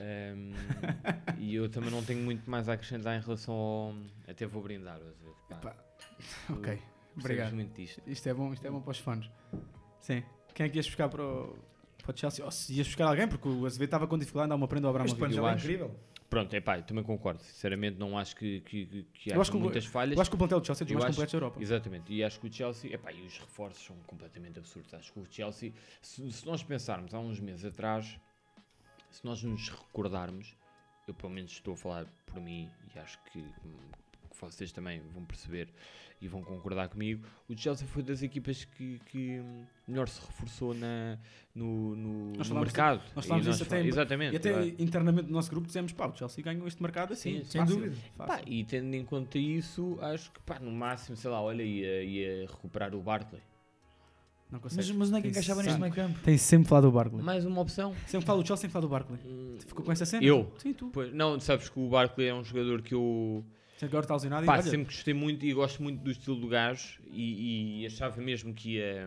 E eu também não tenho muito mais a acrescentar em relação ao... Até vou brindar, Azevedo. pá. Epá, Tu ok, percebes obrigado. muito disto. Isto é bom para os fãs. Sim. Quem é que ias buscar para o Chelsea? Ou se ias buscar alguém, porque o Azevedo estava com dificuldade em dar uma prenda ao Este Abramovich. plantel é acho. incrível. Pronto, eu também concordo. Sinceramente, não acho que Eu acho haja que muitas falhas. Eu acho que o plantel do Chelsea é dos Eu mais acho- completos da Europa. Exatamente, e acho que o Chelsea, e os reforços são completamente absurdos. Acho que o Chelsea, se nós pensarmos há uns meses atrás, se nós nos recordarmos, eu pelo menos estou a falar por mim e acho que vocês também vão perceber e vão concordar comigo, o Chelsea foi das equipas que melhor se reforçou no Nós falámos mercado. nós falámos E disso até em- exatamente. E até verdade. internamente no nosso grupo dizemos, pá, o Chelsea ganhou este mercado assim, Sim, sem fácil, dúvida. fácil. Pá, e tendo em conta isso, acho que no máximo, sei lá, olha, ia recuperar o Barkley. Não consegue. Mas onde é que encaixava neste meio campo? Tem sempre falado do Barkley. Mais uma opção? Sempre fala do Chelsea, sempre fala do Barkley. Ficou com essa cena? Eu? Sim, tu. Pois, não, sabes que o Barkley é um jogador que eu Agora está lesionado pá, e olha, sempre gostei muito e gosto muito do estilo do gajo e achava mesmo que ia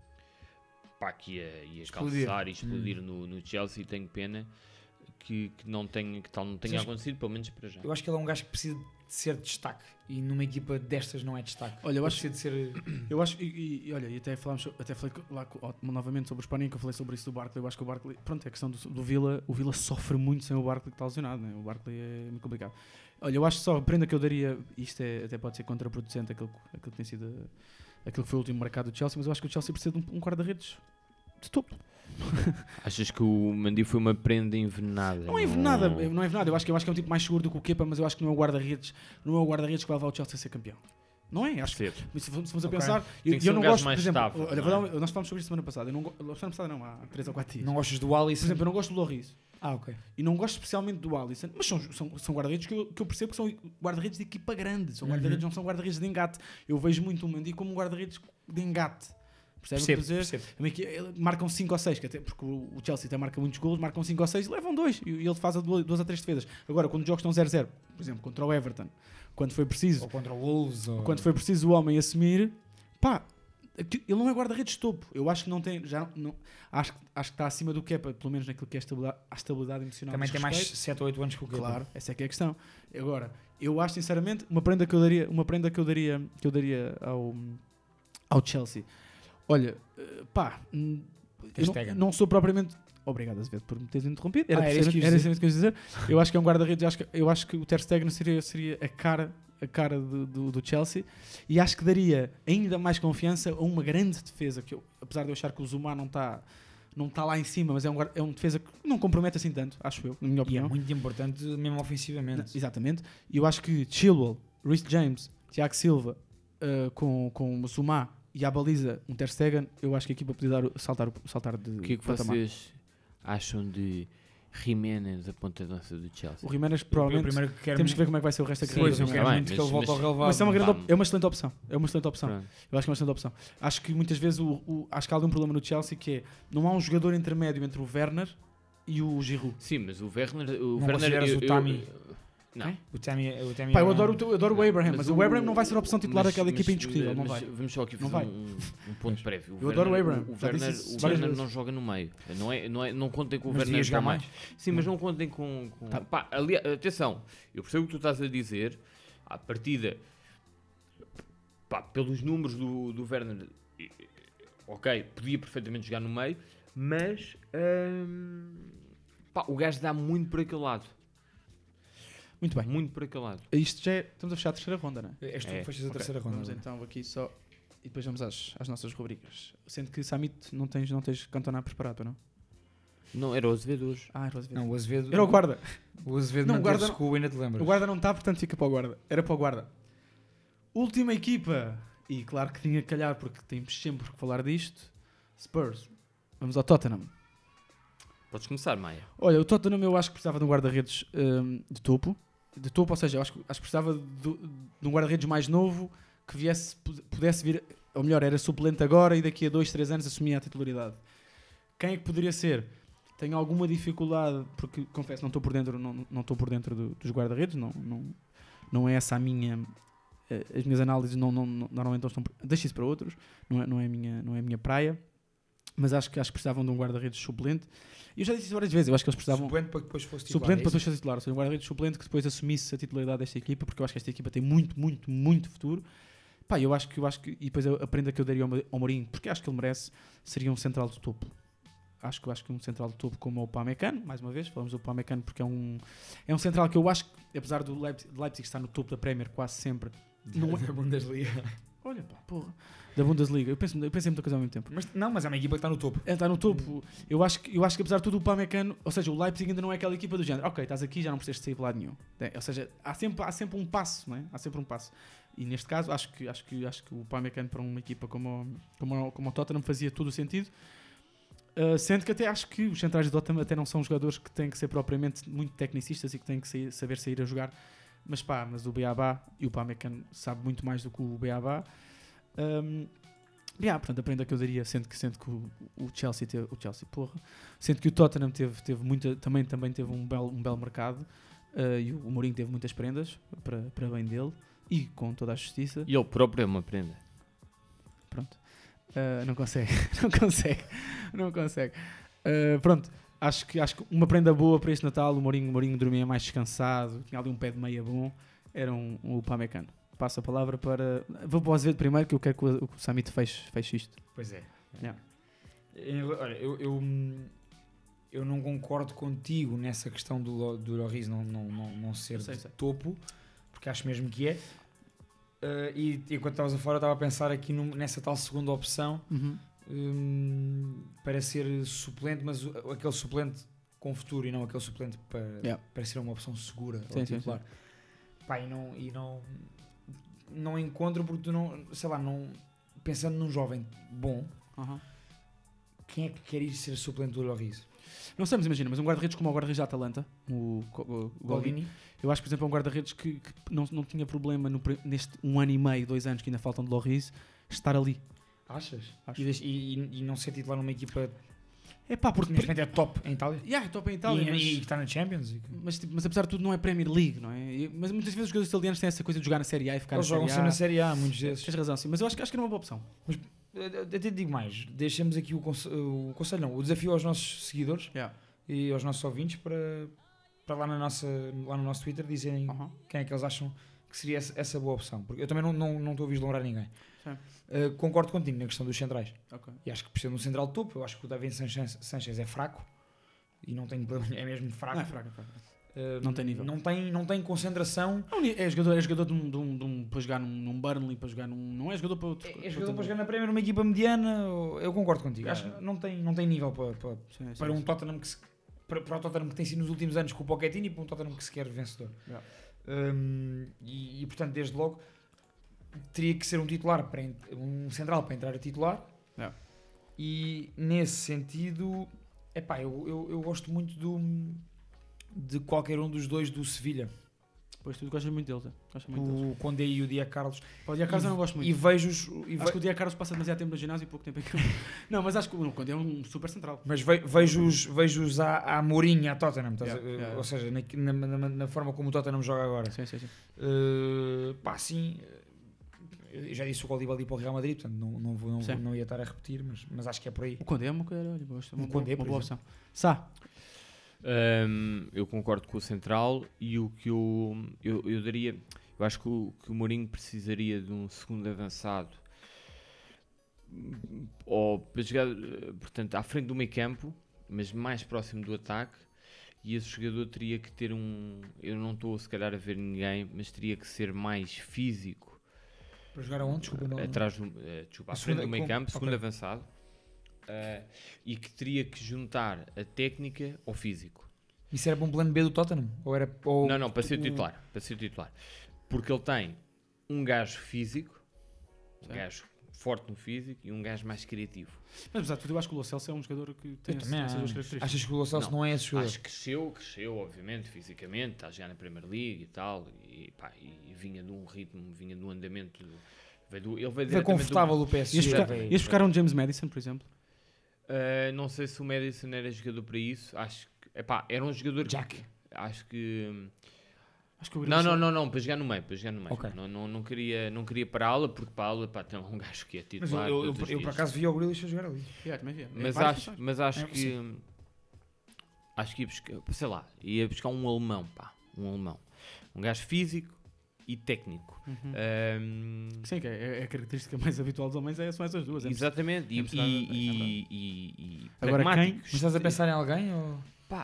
Explodir. calçar e explodir no Chelsea. Tenho pena que tal não tenha acontecido, pelo menos para já. Eu acho que ele é um gajo que precisa de ser destaque e numa equipa destas não é destaque. Olha, eu acho precisa de ser... eu acho, olha, e até falei lá novamente sobre o Espanha, que eu falei sobre isso do Barkley. Eu acho que o Barkley, pronto, é questão do Villa. O Villa sofre muito sem o Barkley que está lesionado, né? O Barkley é muito complicado. Olha, eu acho que só a prenda que eu daria, isto até pode ser contraproducente, aquilo que tem sido, aquilo que foi o último mercado do Chelsea, mas eu acho que o Chelsea precisa de um guarda-redes de topo. Achas que o Mendy foi uma prenda envenenada? Não é envenenada, não é envenenada. Eu acho que é um tipo mais seguro do que o Kepa, mas eu acho que não é o guarda-redes que vai levar o Chelsea a ser campeão. Não é? Acho que, se formos a pensar, eu não gosto, por exemplo, olha, nós falámos sobre isso semana passada. Há 3 ou 4 dias. Não gostas do Alisson? Por exemplo, eu não gosto do Lloris. Ok. E não gosto especialmente do Alisson, mas são guarda-redes que eu percebo que são guarda-redes de equipa grande. São guarda-redes, não são guarda-redes de engate. Eu vejo muito o Mendy como um guarda-redes de engate. Percebe? Marcam 5 ou 6, porque o Chelsea até marca muitos golos, marcam 5 ou 6 e levam 2 e ele faz 2 ou 3 defesas. Agora, quando os jogos estão 0-0, por exemplo, contra o Everton, quando foi preciso, ou contra o Wolves, quando foi preciso o homem assumir, pá, ele não é guarda-redes de topo. Eu acho que não tem, acho que está acima do Kepa, pelo menos naquilo que é a estabilidade emocional. Também tem mais 7 ou 8 anos que o Kepa. Claro, essa é que é a questão. Agora, eu acho sinceramente uma prenda que eu daria ao Chelsea. Olha, pá, eu não sou propriamente... Obrigado, Azevedo, por me teres interrompido. Era isso que eu ia dizer. Eu acho que é um guarda-redes, eu acho que o Ter Stegen seria a cara do Chelsea, e acho que daria ainda mais confiança a uma grande defesa, que eu, apesar de eu achar que o Zuma não está lá em cima, mas é um defesa que não compromete assim tanto, acho eu, na minha opinião. E é muito importante mesmo ofensivamente. Exatamente. E eu acho que Chilwell, Reece James, Thiago Silva, com o Zuma e à baliza um Ter Stegen, eu acho que a equipa podia saltar de o que é que patamar. Vocês acham de Jiménez, a ponta de lança do Chelsea? O Jiménez, provavelmente, temos que ver como é que vai ser o resto da carreira. Pois, eu quero muito que ele volte ao relevado. Mas é uma excelente opção. Eu acho que é uma excelente opção. Acho que muitas vezes acho que há um problema no Chelsea, que é, não há um jogador intermédio entre o Werner e o Giroud. Sim, mas o Werner... o Tammy. Não. O Tammy Pá, eu adoro o Abraham, mas o Abraham não vai ser a opção titular daquela equipa indiscutível, não vai. Vamos só aqui fazer um ponto prévio. Eu adoro o Abraham. O Werner não joga no meio. Não contem com o Werner jogar mais. Sim, mas não contem com... Pá, atenção, eu percebo o que tu estás a dizer. À partida, pá, pelos números do Werner, ok, podia perfeitamente jogar no meio, mas pá, o gajo dá muito por aquele lado. Muito bem. Muito por aquele lado. Isto já estamos a fechar a terceira ronda, não é? És tu que fechas a terceira ronda. Vamos então aqui só... E depois vamos às nossas rubricas. Sendo que, Samit, não tens Cantona preparado, não? Não, era o Azevedo hoje. Era o Azevedo. Não, o Azevedo... Era o guarda. O Azevedo não, manteve-se com o ainda te lembras. O guarda não está, portanto fica para o guarda. Era para o guarda. Última equipa. E claro que tinha que calhar, porque temos sempre que falar disto. Spurs. Vamos ao Tottenham. Podes começar, Maia. Olha, o Tottenham eu acho que precisava de um guarda-redes de topo, ou seja, eu acho que precisava de um guarda-redes mais novo que pudesse vir, ou melhor, era suplente agora e daqui a 2-3 anos assumia a titularidade. Quem é que poderia ser? Tenho alguma dificuldade, porque confesso, não estou por dentro dos guarda-redes, não é essa a minha... As minhas análises normalmente estão... Deixo isso para outros, não é a minha praia, mas acho que precisavam de um guarda-redes suplente. E eu já disse isso várias vezes, eu acho que eles precisavam... Suplente para que depois fosse titular. Suplente para depois fosse titular, ou seja, um guarda-redes suplente que depois assumisse a titularidade desta equipa, porque eu acho que esta equipa tem muito, muito, muito futuro. Pá, eu acho que... E depois a prenda que eu daria ao Mourinho, porque acho que ele merece, seria um central de topo. Acho que um central de topo como o Upamecano, mais uma vez, falamos do Upamecano porque é um central que eu acho que, apesar do Leipzig estar no topo da Premier quase sempre... Da Bundesliga. Olha pá, porra. Da Bundesliga. Eu penso em muita coisa ao mesmo tempo. Mas é uma equipa que está no topo. Está no topo. Eu acho que apesar de tudo o Upamecano, ou seja, o Leipzig ainda não é aquela equipa do género. Ok, estás aqui, já não precisas sair de lado nenhum. Ou seja, há sempre um passo, não é? Há sempre um passo. E neste caso, acho que o Upamecano para uma equipa como o Tottenham fazia todo o sentido. Sendo que até acho que os centrais do Tottenham até não são jogadores que têm que ser propriamente muito tecnicistas e que têm que saber sair a jogar. Mas o Beabá e o Upamecano sabe muito mais do que o Beabá. Portanto, a prenda que eu daria, sendo que o Chelsea teve... Sendo que o Tottenham teve muita... Também teve um belo mercado. E o Mourinho teve muitas prendas para bem dele. E com toda a justiça. E ele próprio é uma prenda. Pronto. Não consegue. Não consegue. Pronto. Acho que uma prenda boa para este Natal. O Mourinho dormia mais descansado. Tinha ali um pé de meia bom. Era o Upamecano. Passo a palavra para... Vou para o Azevedo primeiro, que eu quero que o Samit feche isto. Pois é. Yeah. Olha, eu não concordo contigo nessa questão do Lloris não ser Sei. topo, porque acho mesmo que é. E enquanto estavas a falar, eu estava a pensar aqui nessa tal segunda opção, para ser suplente, mas aquele suplente com futuro e não aquele suplente para ser uma opção segura ou titular. Pá, e não encontro, porque tu não, sei lá, pensando num jovem bom, quem é que quer ir ser suplente do Lloris? Não sei, mas imagina, mas um guarda-redes como o guarda-redes da Atalanta, o Goldini, eu acho que, por exemplo, é um guarda-redes que não tinha problema neste 1 ano e meio, 2 anos que ainda faltam de Lloris, estar ali. Achas? Acho. E não ser titular numa equipa porque neste momento é top em Itália? É top em Itália, e está na Champions? Mas apesar de tudo não é Premier League, não é? Mas muitas vezes os jogadores italianos têm essa coisa de jogar na Série A e ficar Eles na Série A. jogam sempre na Série A, muitos desses. Tens razão, sim, mas eu acho que era uma boa opção. Mas eu até te digo mais, deixemos aqui o o desafio aos nossos seguidores e aos nossos ouvintes para lá no nosso Twitter dizerem quem é que eles acham que seria essa boa opção, porque eu também não estou a vislumbrar ninguém. Concordo contigo na questão dos centrais, e acho que precisa de um central topo. Eu acho que o David Sanchez é fraco e não tem problema, é mesmo fraco. Não é fraco. Não tem nível. Não tem concentração. É jogador para jogar num Burnley, para jogar não é jogador para outro. É jogador para jogar na Premier, numa equipa mediana. Eu concordo contigo. Acho que não tem nível para um Tottenham para o Tottenham que tem sido nos últimos anos com o Pochettino e para um Tottenham que se quer vencedor. E portanto, desde logo teria que ser um central para entrar a titular. E nesse sentido, eu gosto muito de qualquer um dos dois do Sevilha. Pois tu gostas muito deles, O Condé e o Diego Carlos. O Diego Carlos eu não gosto muito. Acho que o Diego Carlos passa demasiado tempo no ginásio e pouco tempo em campo. Não, mas acho que o Condé é um super central. Mas vejo-os à Mourinho, à Tottenham. Ou seja, na forma como o Tottenham joga agora. Sim. Sim. Eu já disse o Koulibaly para o Real Madrid, portanto não ia estar a repetir, mas acho que é por aí. O Condé é uma boa opção. Eu concordo com o central, e o que eu daria, eu acho que o Mourinho precisaria de um segundo avançado ou para jogar, portanto, à frente do meio campo, mas mais próximo do ataque, e esse jogador teria que ter eu não estou se calhar a ver ninguém, mas teria que ser mais físico. Para jogar aonde? À frente do meio campo, segundo avançado. E que teria que juntar a técnica ao físico. Isso era para um plano B do Tottenham? Não, para ser titular. Porque ele tem um gajo físico, um gajo forte no físico e um gajo mais criativo. Mas apesar de tudo, eu acho que o Lo Celso é um jogador que tem essas duas características. Achas que o Lo Celso não é esse jogador? Acho que cresceu obviamente, fisicamente, está a jogar na Premier League e tal, e vinha de um ritmo, vinha de um andamento. Ele veio confortável o PSG. Ias buscar um James Maddison, por exemplo? Não sei se o Maddison era jogador para isso. Acho que era um jogador Jack. Acho que não, para jogar no meio. Okay. Não queria para a aula, porque para a aula tem um gajo que é titular. Mas eu por acaso vi o Grealish a jogar ali. Também via. Mas acho que ia buscar, sei lá, ia buscar um alemão, um gajo físico e técnico. Sim, que é a característica mais habitual dos homens, são essas duas. Exatamente. Agora quem? Mas estás a pensar em alguém? Ou?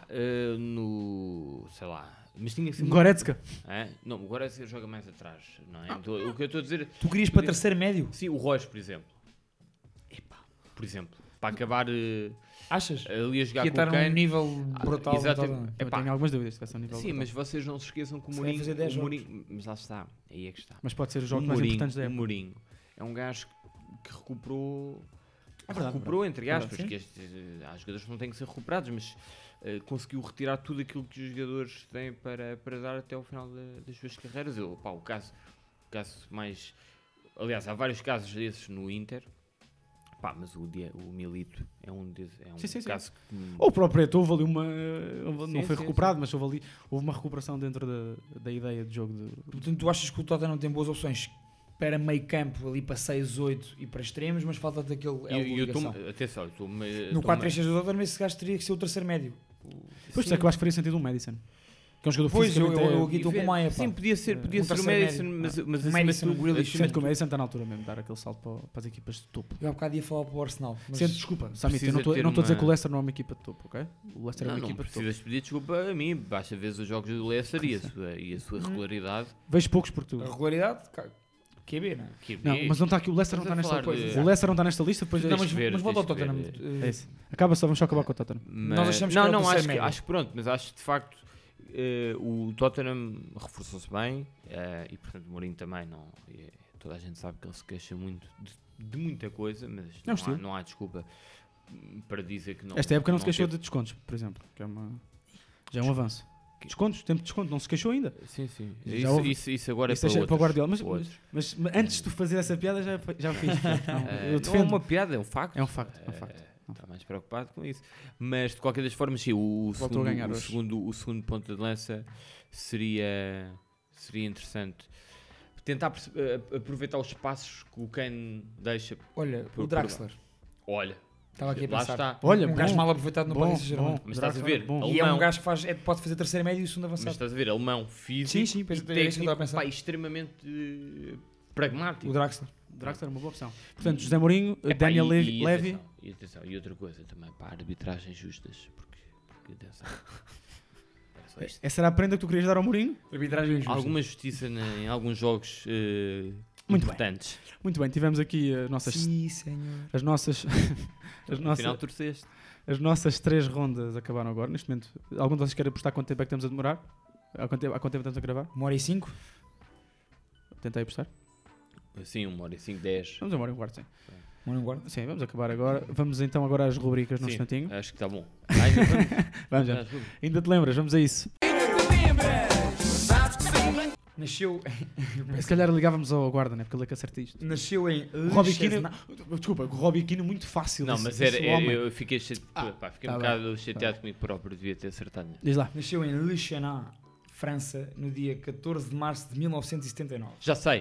Sei lá. Mas tinha que ser Goretzka. Não, o Goretzka joga mais atrás, não é? O que eu estou a dizer... Tu querias para terceiro médio? Sim, o Royce, por exemplo. Por exemplo, para acabar... Achas? Ali a jogar que com o Kane. Um nível brutal. Exatamente. Eu tenho algumas dúvidas. Sim, mas vocês não se esqueçam que o Mourinho... Mas lá está. Aí é que está. Mas pode ser os jogos mais importantes da época. O Mourinho é um gajo que recuperou... Recuperou, entre aspas. Porque há jogadores que não têm que ser recuperados, mas... conseguiu retirar tudo aquilo que os jogadores têm para dar até ao final das suas carreiras. O caso mais... Aliás, há vários casos desses no Inter, Pá, mas o Milito é um Sim. caso que... Ou o próprio Eto'o, houve ali uma... não Sim, foi sim, recuperado, mas houve uma recuperação dentro da ideia de jogo. Portanto, tu achas que o Tottenham tem boas opções para meio campo, ali para 6, 8 e para extremos, mas falta-te aquele... Atenção, eu estou... No 4-3-3 do Tottenham, esse gajo teria que ser o terceiro médio. Pois é que eu acho que faria sentido um Madison. Que é um jogador Pois, fisicamente... eu aqui estou com o Maia, pá. Sim, podia ser o terceiro Madison, médio. mas O acima Madison, de o tudo... Grealish. Sinto que o Madison está na altura mesmo de dar aquele salto para as equipas de topo. Eu há bocado ia falar para o Arsenal. Mas... Desculpa, Samit, eu precisa não ter estou a dizer uma- que o Leicester não é uma equipa de topo, ok? O Leicester é uma Não equipa de topo. precisas pedir desculpa a mim, basta ver os jogos do Leicester e a sua regularidade. Vejo poucos por tu. A regularidade, QB, não é? Não, mas não está aqui, o Leicester não está nesta lista. O Leicester não está nesta lista, depois Não, mas, ver, mas volta ao tens de Tottenham. é isso. Acaba só, vamos só acabar com o Tottenham. Nós achamos que era o terceiro médio. acho que pronto, mas acho que de facto o Tottenham reforçou-se bem e portanto o Mourinho também não. Toda a gente sabe que ele se queixa muito de muita coisa, mas não há desculpa para dizer que não. Esta época não se queixou teve. de descontos, por exemplo, que já é um avanço. Descontos, tempo de desconto, não se queixou ainda. Sim. Já houve. Isso agora Isso é é para para o Guardiola, outros. mas antes de tu fazer essa piada já fiz. Eu Não é defendo. uma piada, é um facto. É um facto. Está mais preocupado com isso. Mas de qualquer das formas, sim, o Voltou a ganhar hoje. segundo ponto de lança seria interessante. Tentar aproveitar os espaços que o Kane deixa. Olha, Por- o Draxler. Olha, Estava aqui a lá pensar. está. Olha, Um gajo bom. mal aproveitado no Bom, Paris Saint-Germain. bom. Mas estás a ver, Bom. E é um alemão, gajo que pode fazer terceiro médio e segundo mas avançado. estás a ver, alemão, físico, Sim, pois e é isso que eu estava técnico, a pensar. pá, extremamente pragmático. O Draxler. Draxler é uma boa opção. Portanto, José Mourinho, Epá, Daniel e Levy. atenção, e outra coisa também, para arbitragens justas, porque atenção. Era só isto. Essa era a prenda que tu querias dar ao Mourinho? Arbitragem justa. Alguma justiça em alguns jogos Muito importantes. Muito bem, tivemos aqui Sim, senhor. as nossas No final torceste. as nossas 3 rondas acabaram agora. Neste momento, algum de vocês quer apostar quanto tempo é que estamos a demorar? Há quanto tempo estamos a gravar? 1h05? Tentei apostar. Sim, 1h05, 10. Vamos a 1h15, sim. 1h15? Sim, vamos acabar agora. Vamos então agora às rubricas num Sim, instantinho. acho que está bom. Ainda Vamos já. Ainda te lembras? Vamos a isso. Nasceu Se calhar ligávamos ao guarda, né? Porque ele é que acerta isto. Nasceu em Robbie Keane, Chesna- desculpa, o Robbie Keane muito fácil. Não, esse- mas esse homem. eu fiquei, fiquei tá um bocado chateado comigo próprio, devia ter acertado. Diz lá. Nasceu em Le Chenin, França, no dia 14 de março de 1979. Já sei.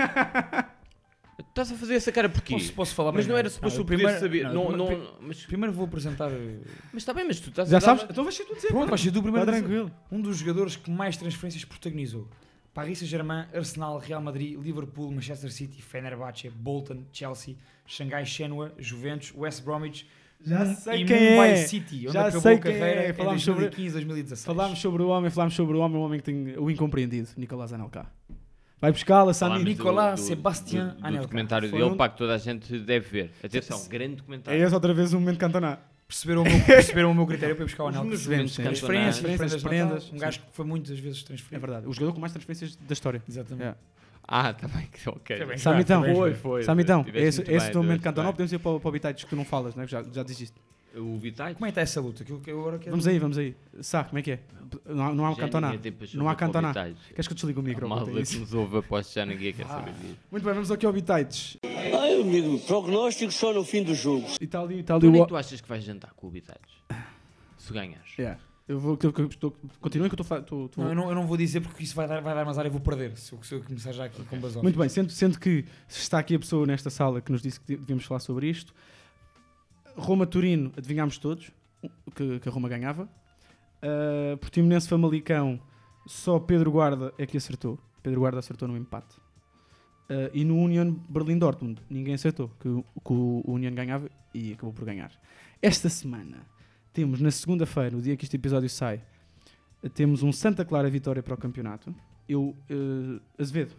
Estás a fazer essa cara porquê? Posso falar Mas não primeiro? era suposto Não, eu poder primeiro- saber. não, Mas Primeiro vou apresentar... está bem, mas tu estás Já a dar- sabes? Então vais ser tu dizer. Pronto, vais ser tu primeiro. Está a dizer. tranquilo. Um dos jogadores que mais transferências protagonizou. Paris Saint-Germain, Arsenal, Real Madrid, Liverpool, Manchester City, Fenerbahçe, Bolton, Chelsea, Xangai Shenhua, Juventus, West Bromwich sei e quem Mumbai é. City, onde Já acabou sei a quem carreira é. em Falámos sobre- 2015, 2016. Falámos sobre o homem que tem o incompreendido, Nicolás Anelka. Vai buscá-la, Sami. Falámos Nicolas Sebastián do Anelka. documentário Foi dele, um- pá, que toda a gente deve ver. Atenção, grande É documentário. esse outra vez o momento Cantona. Perceberam o meu critério para ir buscar o Anelka. meus momentos Transferências, Transferências, prendas, prendas. um gajo que foi muitas vezes É transferido. verdade. O jogador com mais transferências da história. Exatamente. É. Também, ok. Foi bem. Samitão. Foi. Samitão. Tiveste Esse muito é o bem, teu momento tiveste Cantona. bem. Podemos ir para o Bitites que tu não falas, né? Que já desististe. O Vitais? Como é que está essa luta? Que eu agora quero... Vamos aí. Sá, como é que é? Não há um Cantona. Não há Cantona. Queres que eu desligue o A micro? malda É isso. que nos ouve, aposto que já ninguém quer saber disso. Muito bem, vamos aqui ao Bitites. Ai, amigo, prognóstico só no fim do jogo. E está ali Quando é que o... tu achas que vais jantar com o Vitais? Se ganhares. Yeah. Continuem que eu estou... Não, eu não vou dizer porque isso vai dar mais área e vou perder se eu começar já aqui com basófilos. Muito bem, sendo que está aqui a pessoa nesta sala que nos disse que devíamos falar sobre isto. Roma-Turino, adivinhámos todos que a Roma ganhava. Portimonense Famalicão, só Pedro Guarda é que acertou. Pedro Guarda acertou no empate. E no Union Berlim-Dortmund, ninguém acertou que o Union ganhava e acabou por ganhar. Esta semana temos, na segunda-feira, no dia que este episódio sai, temos um Santa Clara Vitória para o campeonato. Azevedo.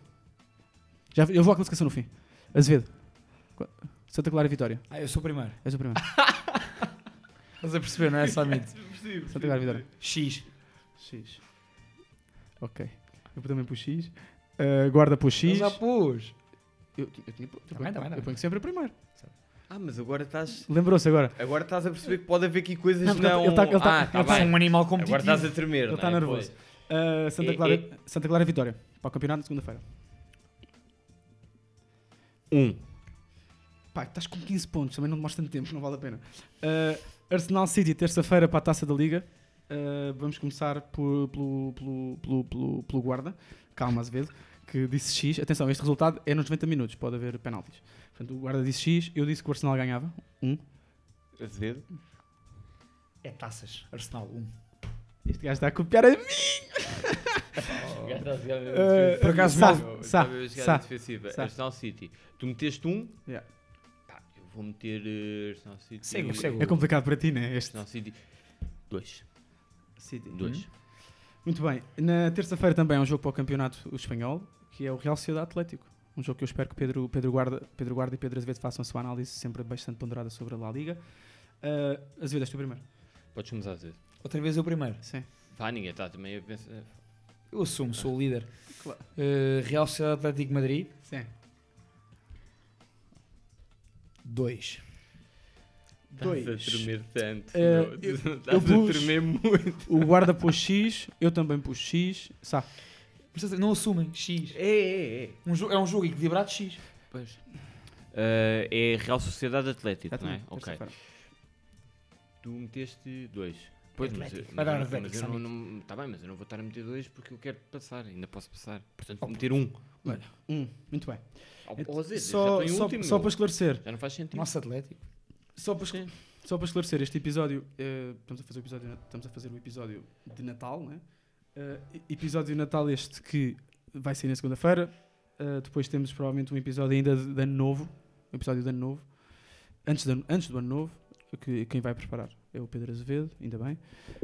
Eu vou à classificação no fim. Azevedo. Santa Clara Vitória. Eu sou o primeiro. És o primeiro. Estás a perceber, não é somente? Santa Clara Vitória. X. X. Ok. Eu também pus X. Guarda pus X. Eu já pus. Eu Também. ponho sempre o primeiro. Mas agora estás... Lembrou-se agora? Agora estás a perceber que pode haver aqui coisas Não, não... porque ele tá Eu sou um animal competitivo. Agora estás a tremer, Ele está nervoso. Santa Clara Vitória. Para o campeonato, segunda-feira. Pá, estás com 15 pontos, também não demoras tanto tempo, não vale a pena. Arsenal City, terça-feira para a Taça da Liga. Vamos começar pelo guarda, Calma Azevedo, que disse X. Atenção, este resultado é nos 90 minutos, pode haver penaltis. Portanto, o guarda disse X, eu disse que o Arsenal ganhava. Azevedo? É taças. Arsenal 1. Este gajo está a copiar a mim! Por acaso, defensiva. Arsenal City. Tu meteste 1? Yeah. Pá, eu vou meter Arsenal City. Segue. É complicado para ti, não é? Arsenal City 2. City. 2. Muito bem. Na terça-feira também é um jogo para o campeonato espanhol, que é o Real Sociedade Atlético. Um jogo que eu espero que Pedro Guarda e Pedro Azevedo façam a sua análise sempre bastante ponderada sobre a La Liga. Azevedo, és tu primeiro. Podes começar a dizer. Outra vez eu primeiro. Sim. Pá, ninguém está também a pensar. Eu assumo, sou o líder. Claro. Real Sociedade Atlético de Madrid. Sim. 2. Estás a tremer tanto. Eu Estás a tremer muito. O guarda pôs X, eu também pus X. Sabe? Não assumem. X. É. É um jogo equilibrado de X. Pois. É Real Sociedade Atlético, não é? Ok. Tu meteste 2. Pois, mas vai dar Atlético. Está bem, mas eu não vou estar a meter 2 porque eu quero passar, ainda posso passar. Portanto, vou meter 1. Olha, muito bem. Só para esclarecer. Já não faz sentido. Nosso Atlético. Só para esclarecer, este episódio, estamos a fazer o episódio de Natal, não é? Episódio de Natal este que vai sair na segunda-feira. Depois temos provavelmente um episódio ainda de Ano Novo. Um episódio de Ano Novo. Antes do Ano Novo. Que quem vai preparar é o Pedro Azevedo, ainda bem.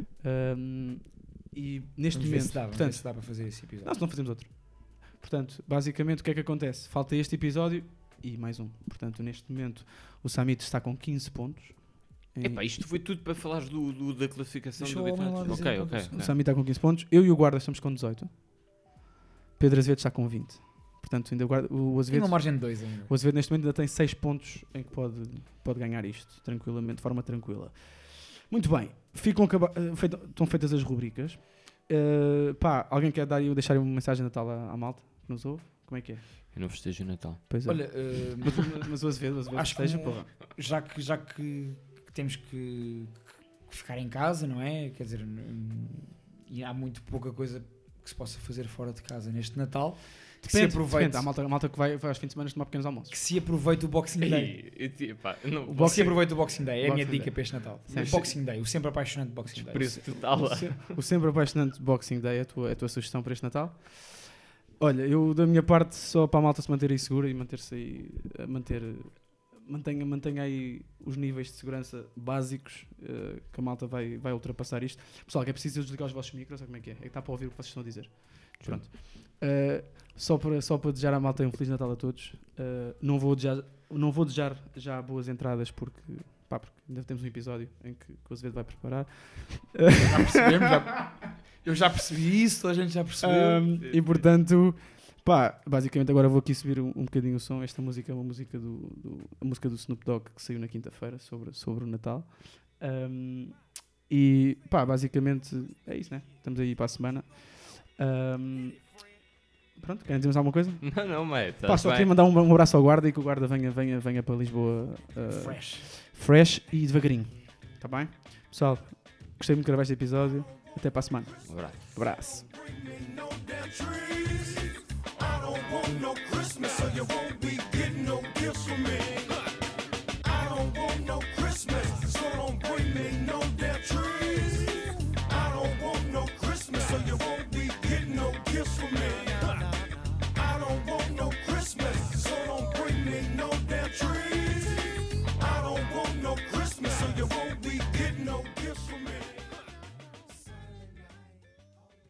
E neste momento... se dá para fazer esse episódio. Nós não fazemos outro. Portanto, basicamente o que é que acontece? Falta este episódio e mais um. Portanto, neste momento o Samit está com 15 pontos. Epá, isto foi tudo para falar da classificação do campeonato. Ok. O Samit está com 15 pontos. Eu e o Guarda estamos com 18. Pedro Azevedo está com 20. Portanto, ainda o Azevedo... Tem uma margem de 2 ainda. O Azevedo neste momento ainda tem 6 pontos em que pode ganhar isto, tranquilamente, de forma tranquila. Muito bem. Estão feitas as rubricas. Alguém quer deixar uma mensagem de Natal à malta que nos ouve? Como é que é? Eu não festejo o Natal. Pois é. Olha, mas o Azevedo acho festeja, que já que temos que ficar em casa, não é? Quer dizer, e há muito pouca coisa que se possa fazer fora de casa neste Natal. Depende. Há malta que vai aos fins de semana tomar pequenos almoços. Que se aproveite o Boxing Day. Se aproveite o Boxing Day. É a minha dica para este Natal. Boxing Day. O sempre apaixonante Boxing Day. O sempre apaixonante Boxing Day é a tua sugestão para este Natal. Olha, eu da minha parte só para a malta se manter aí segura e manter-se aí... Mantenha aí os níveis de segurança básicos, que a malta vai ultrapassar isto. Pessoal, que é preciso desligar os vossos micros, sabe como é que é? É que está para ouvir o que vocês estão a dizer. Pronto. Só para desejar à malta um Feliz Natal a todos. Não vou desejar já boas entradas porque ainda temos um episódio em que o Azevedo vai preparar. Já percebemos, eu já percebi isso, a gente já percebeu. E portanto, basicamente agora vou aqui subir um bocadinho o som. Esta música é uma música a música do Snoop Dogg que saiu na quinta-feira sobre o Natal. E basicamente é isso, né? Estamos aí para a semana. Pronto, querem dizer alguma coisa? Não, mas só queria mandar um abraço ao Guarda e que o Guarda venha para Lisboa fresh e devagarinho. Está bem? Pessoal, gostei muito de gravar este episódio. Até para a semana. Um abraço.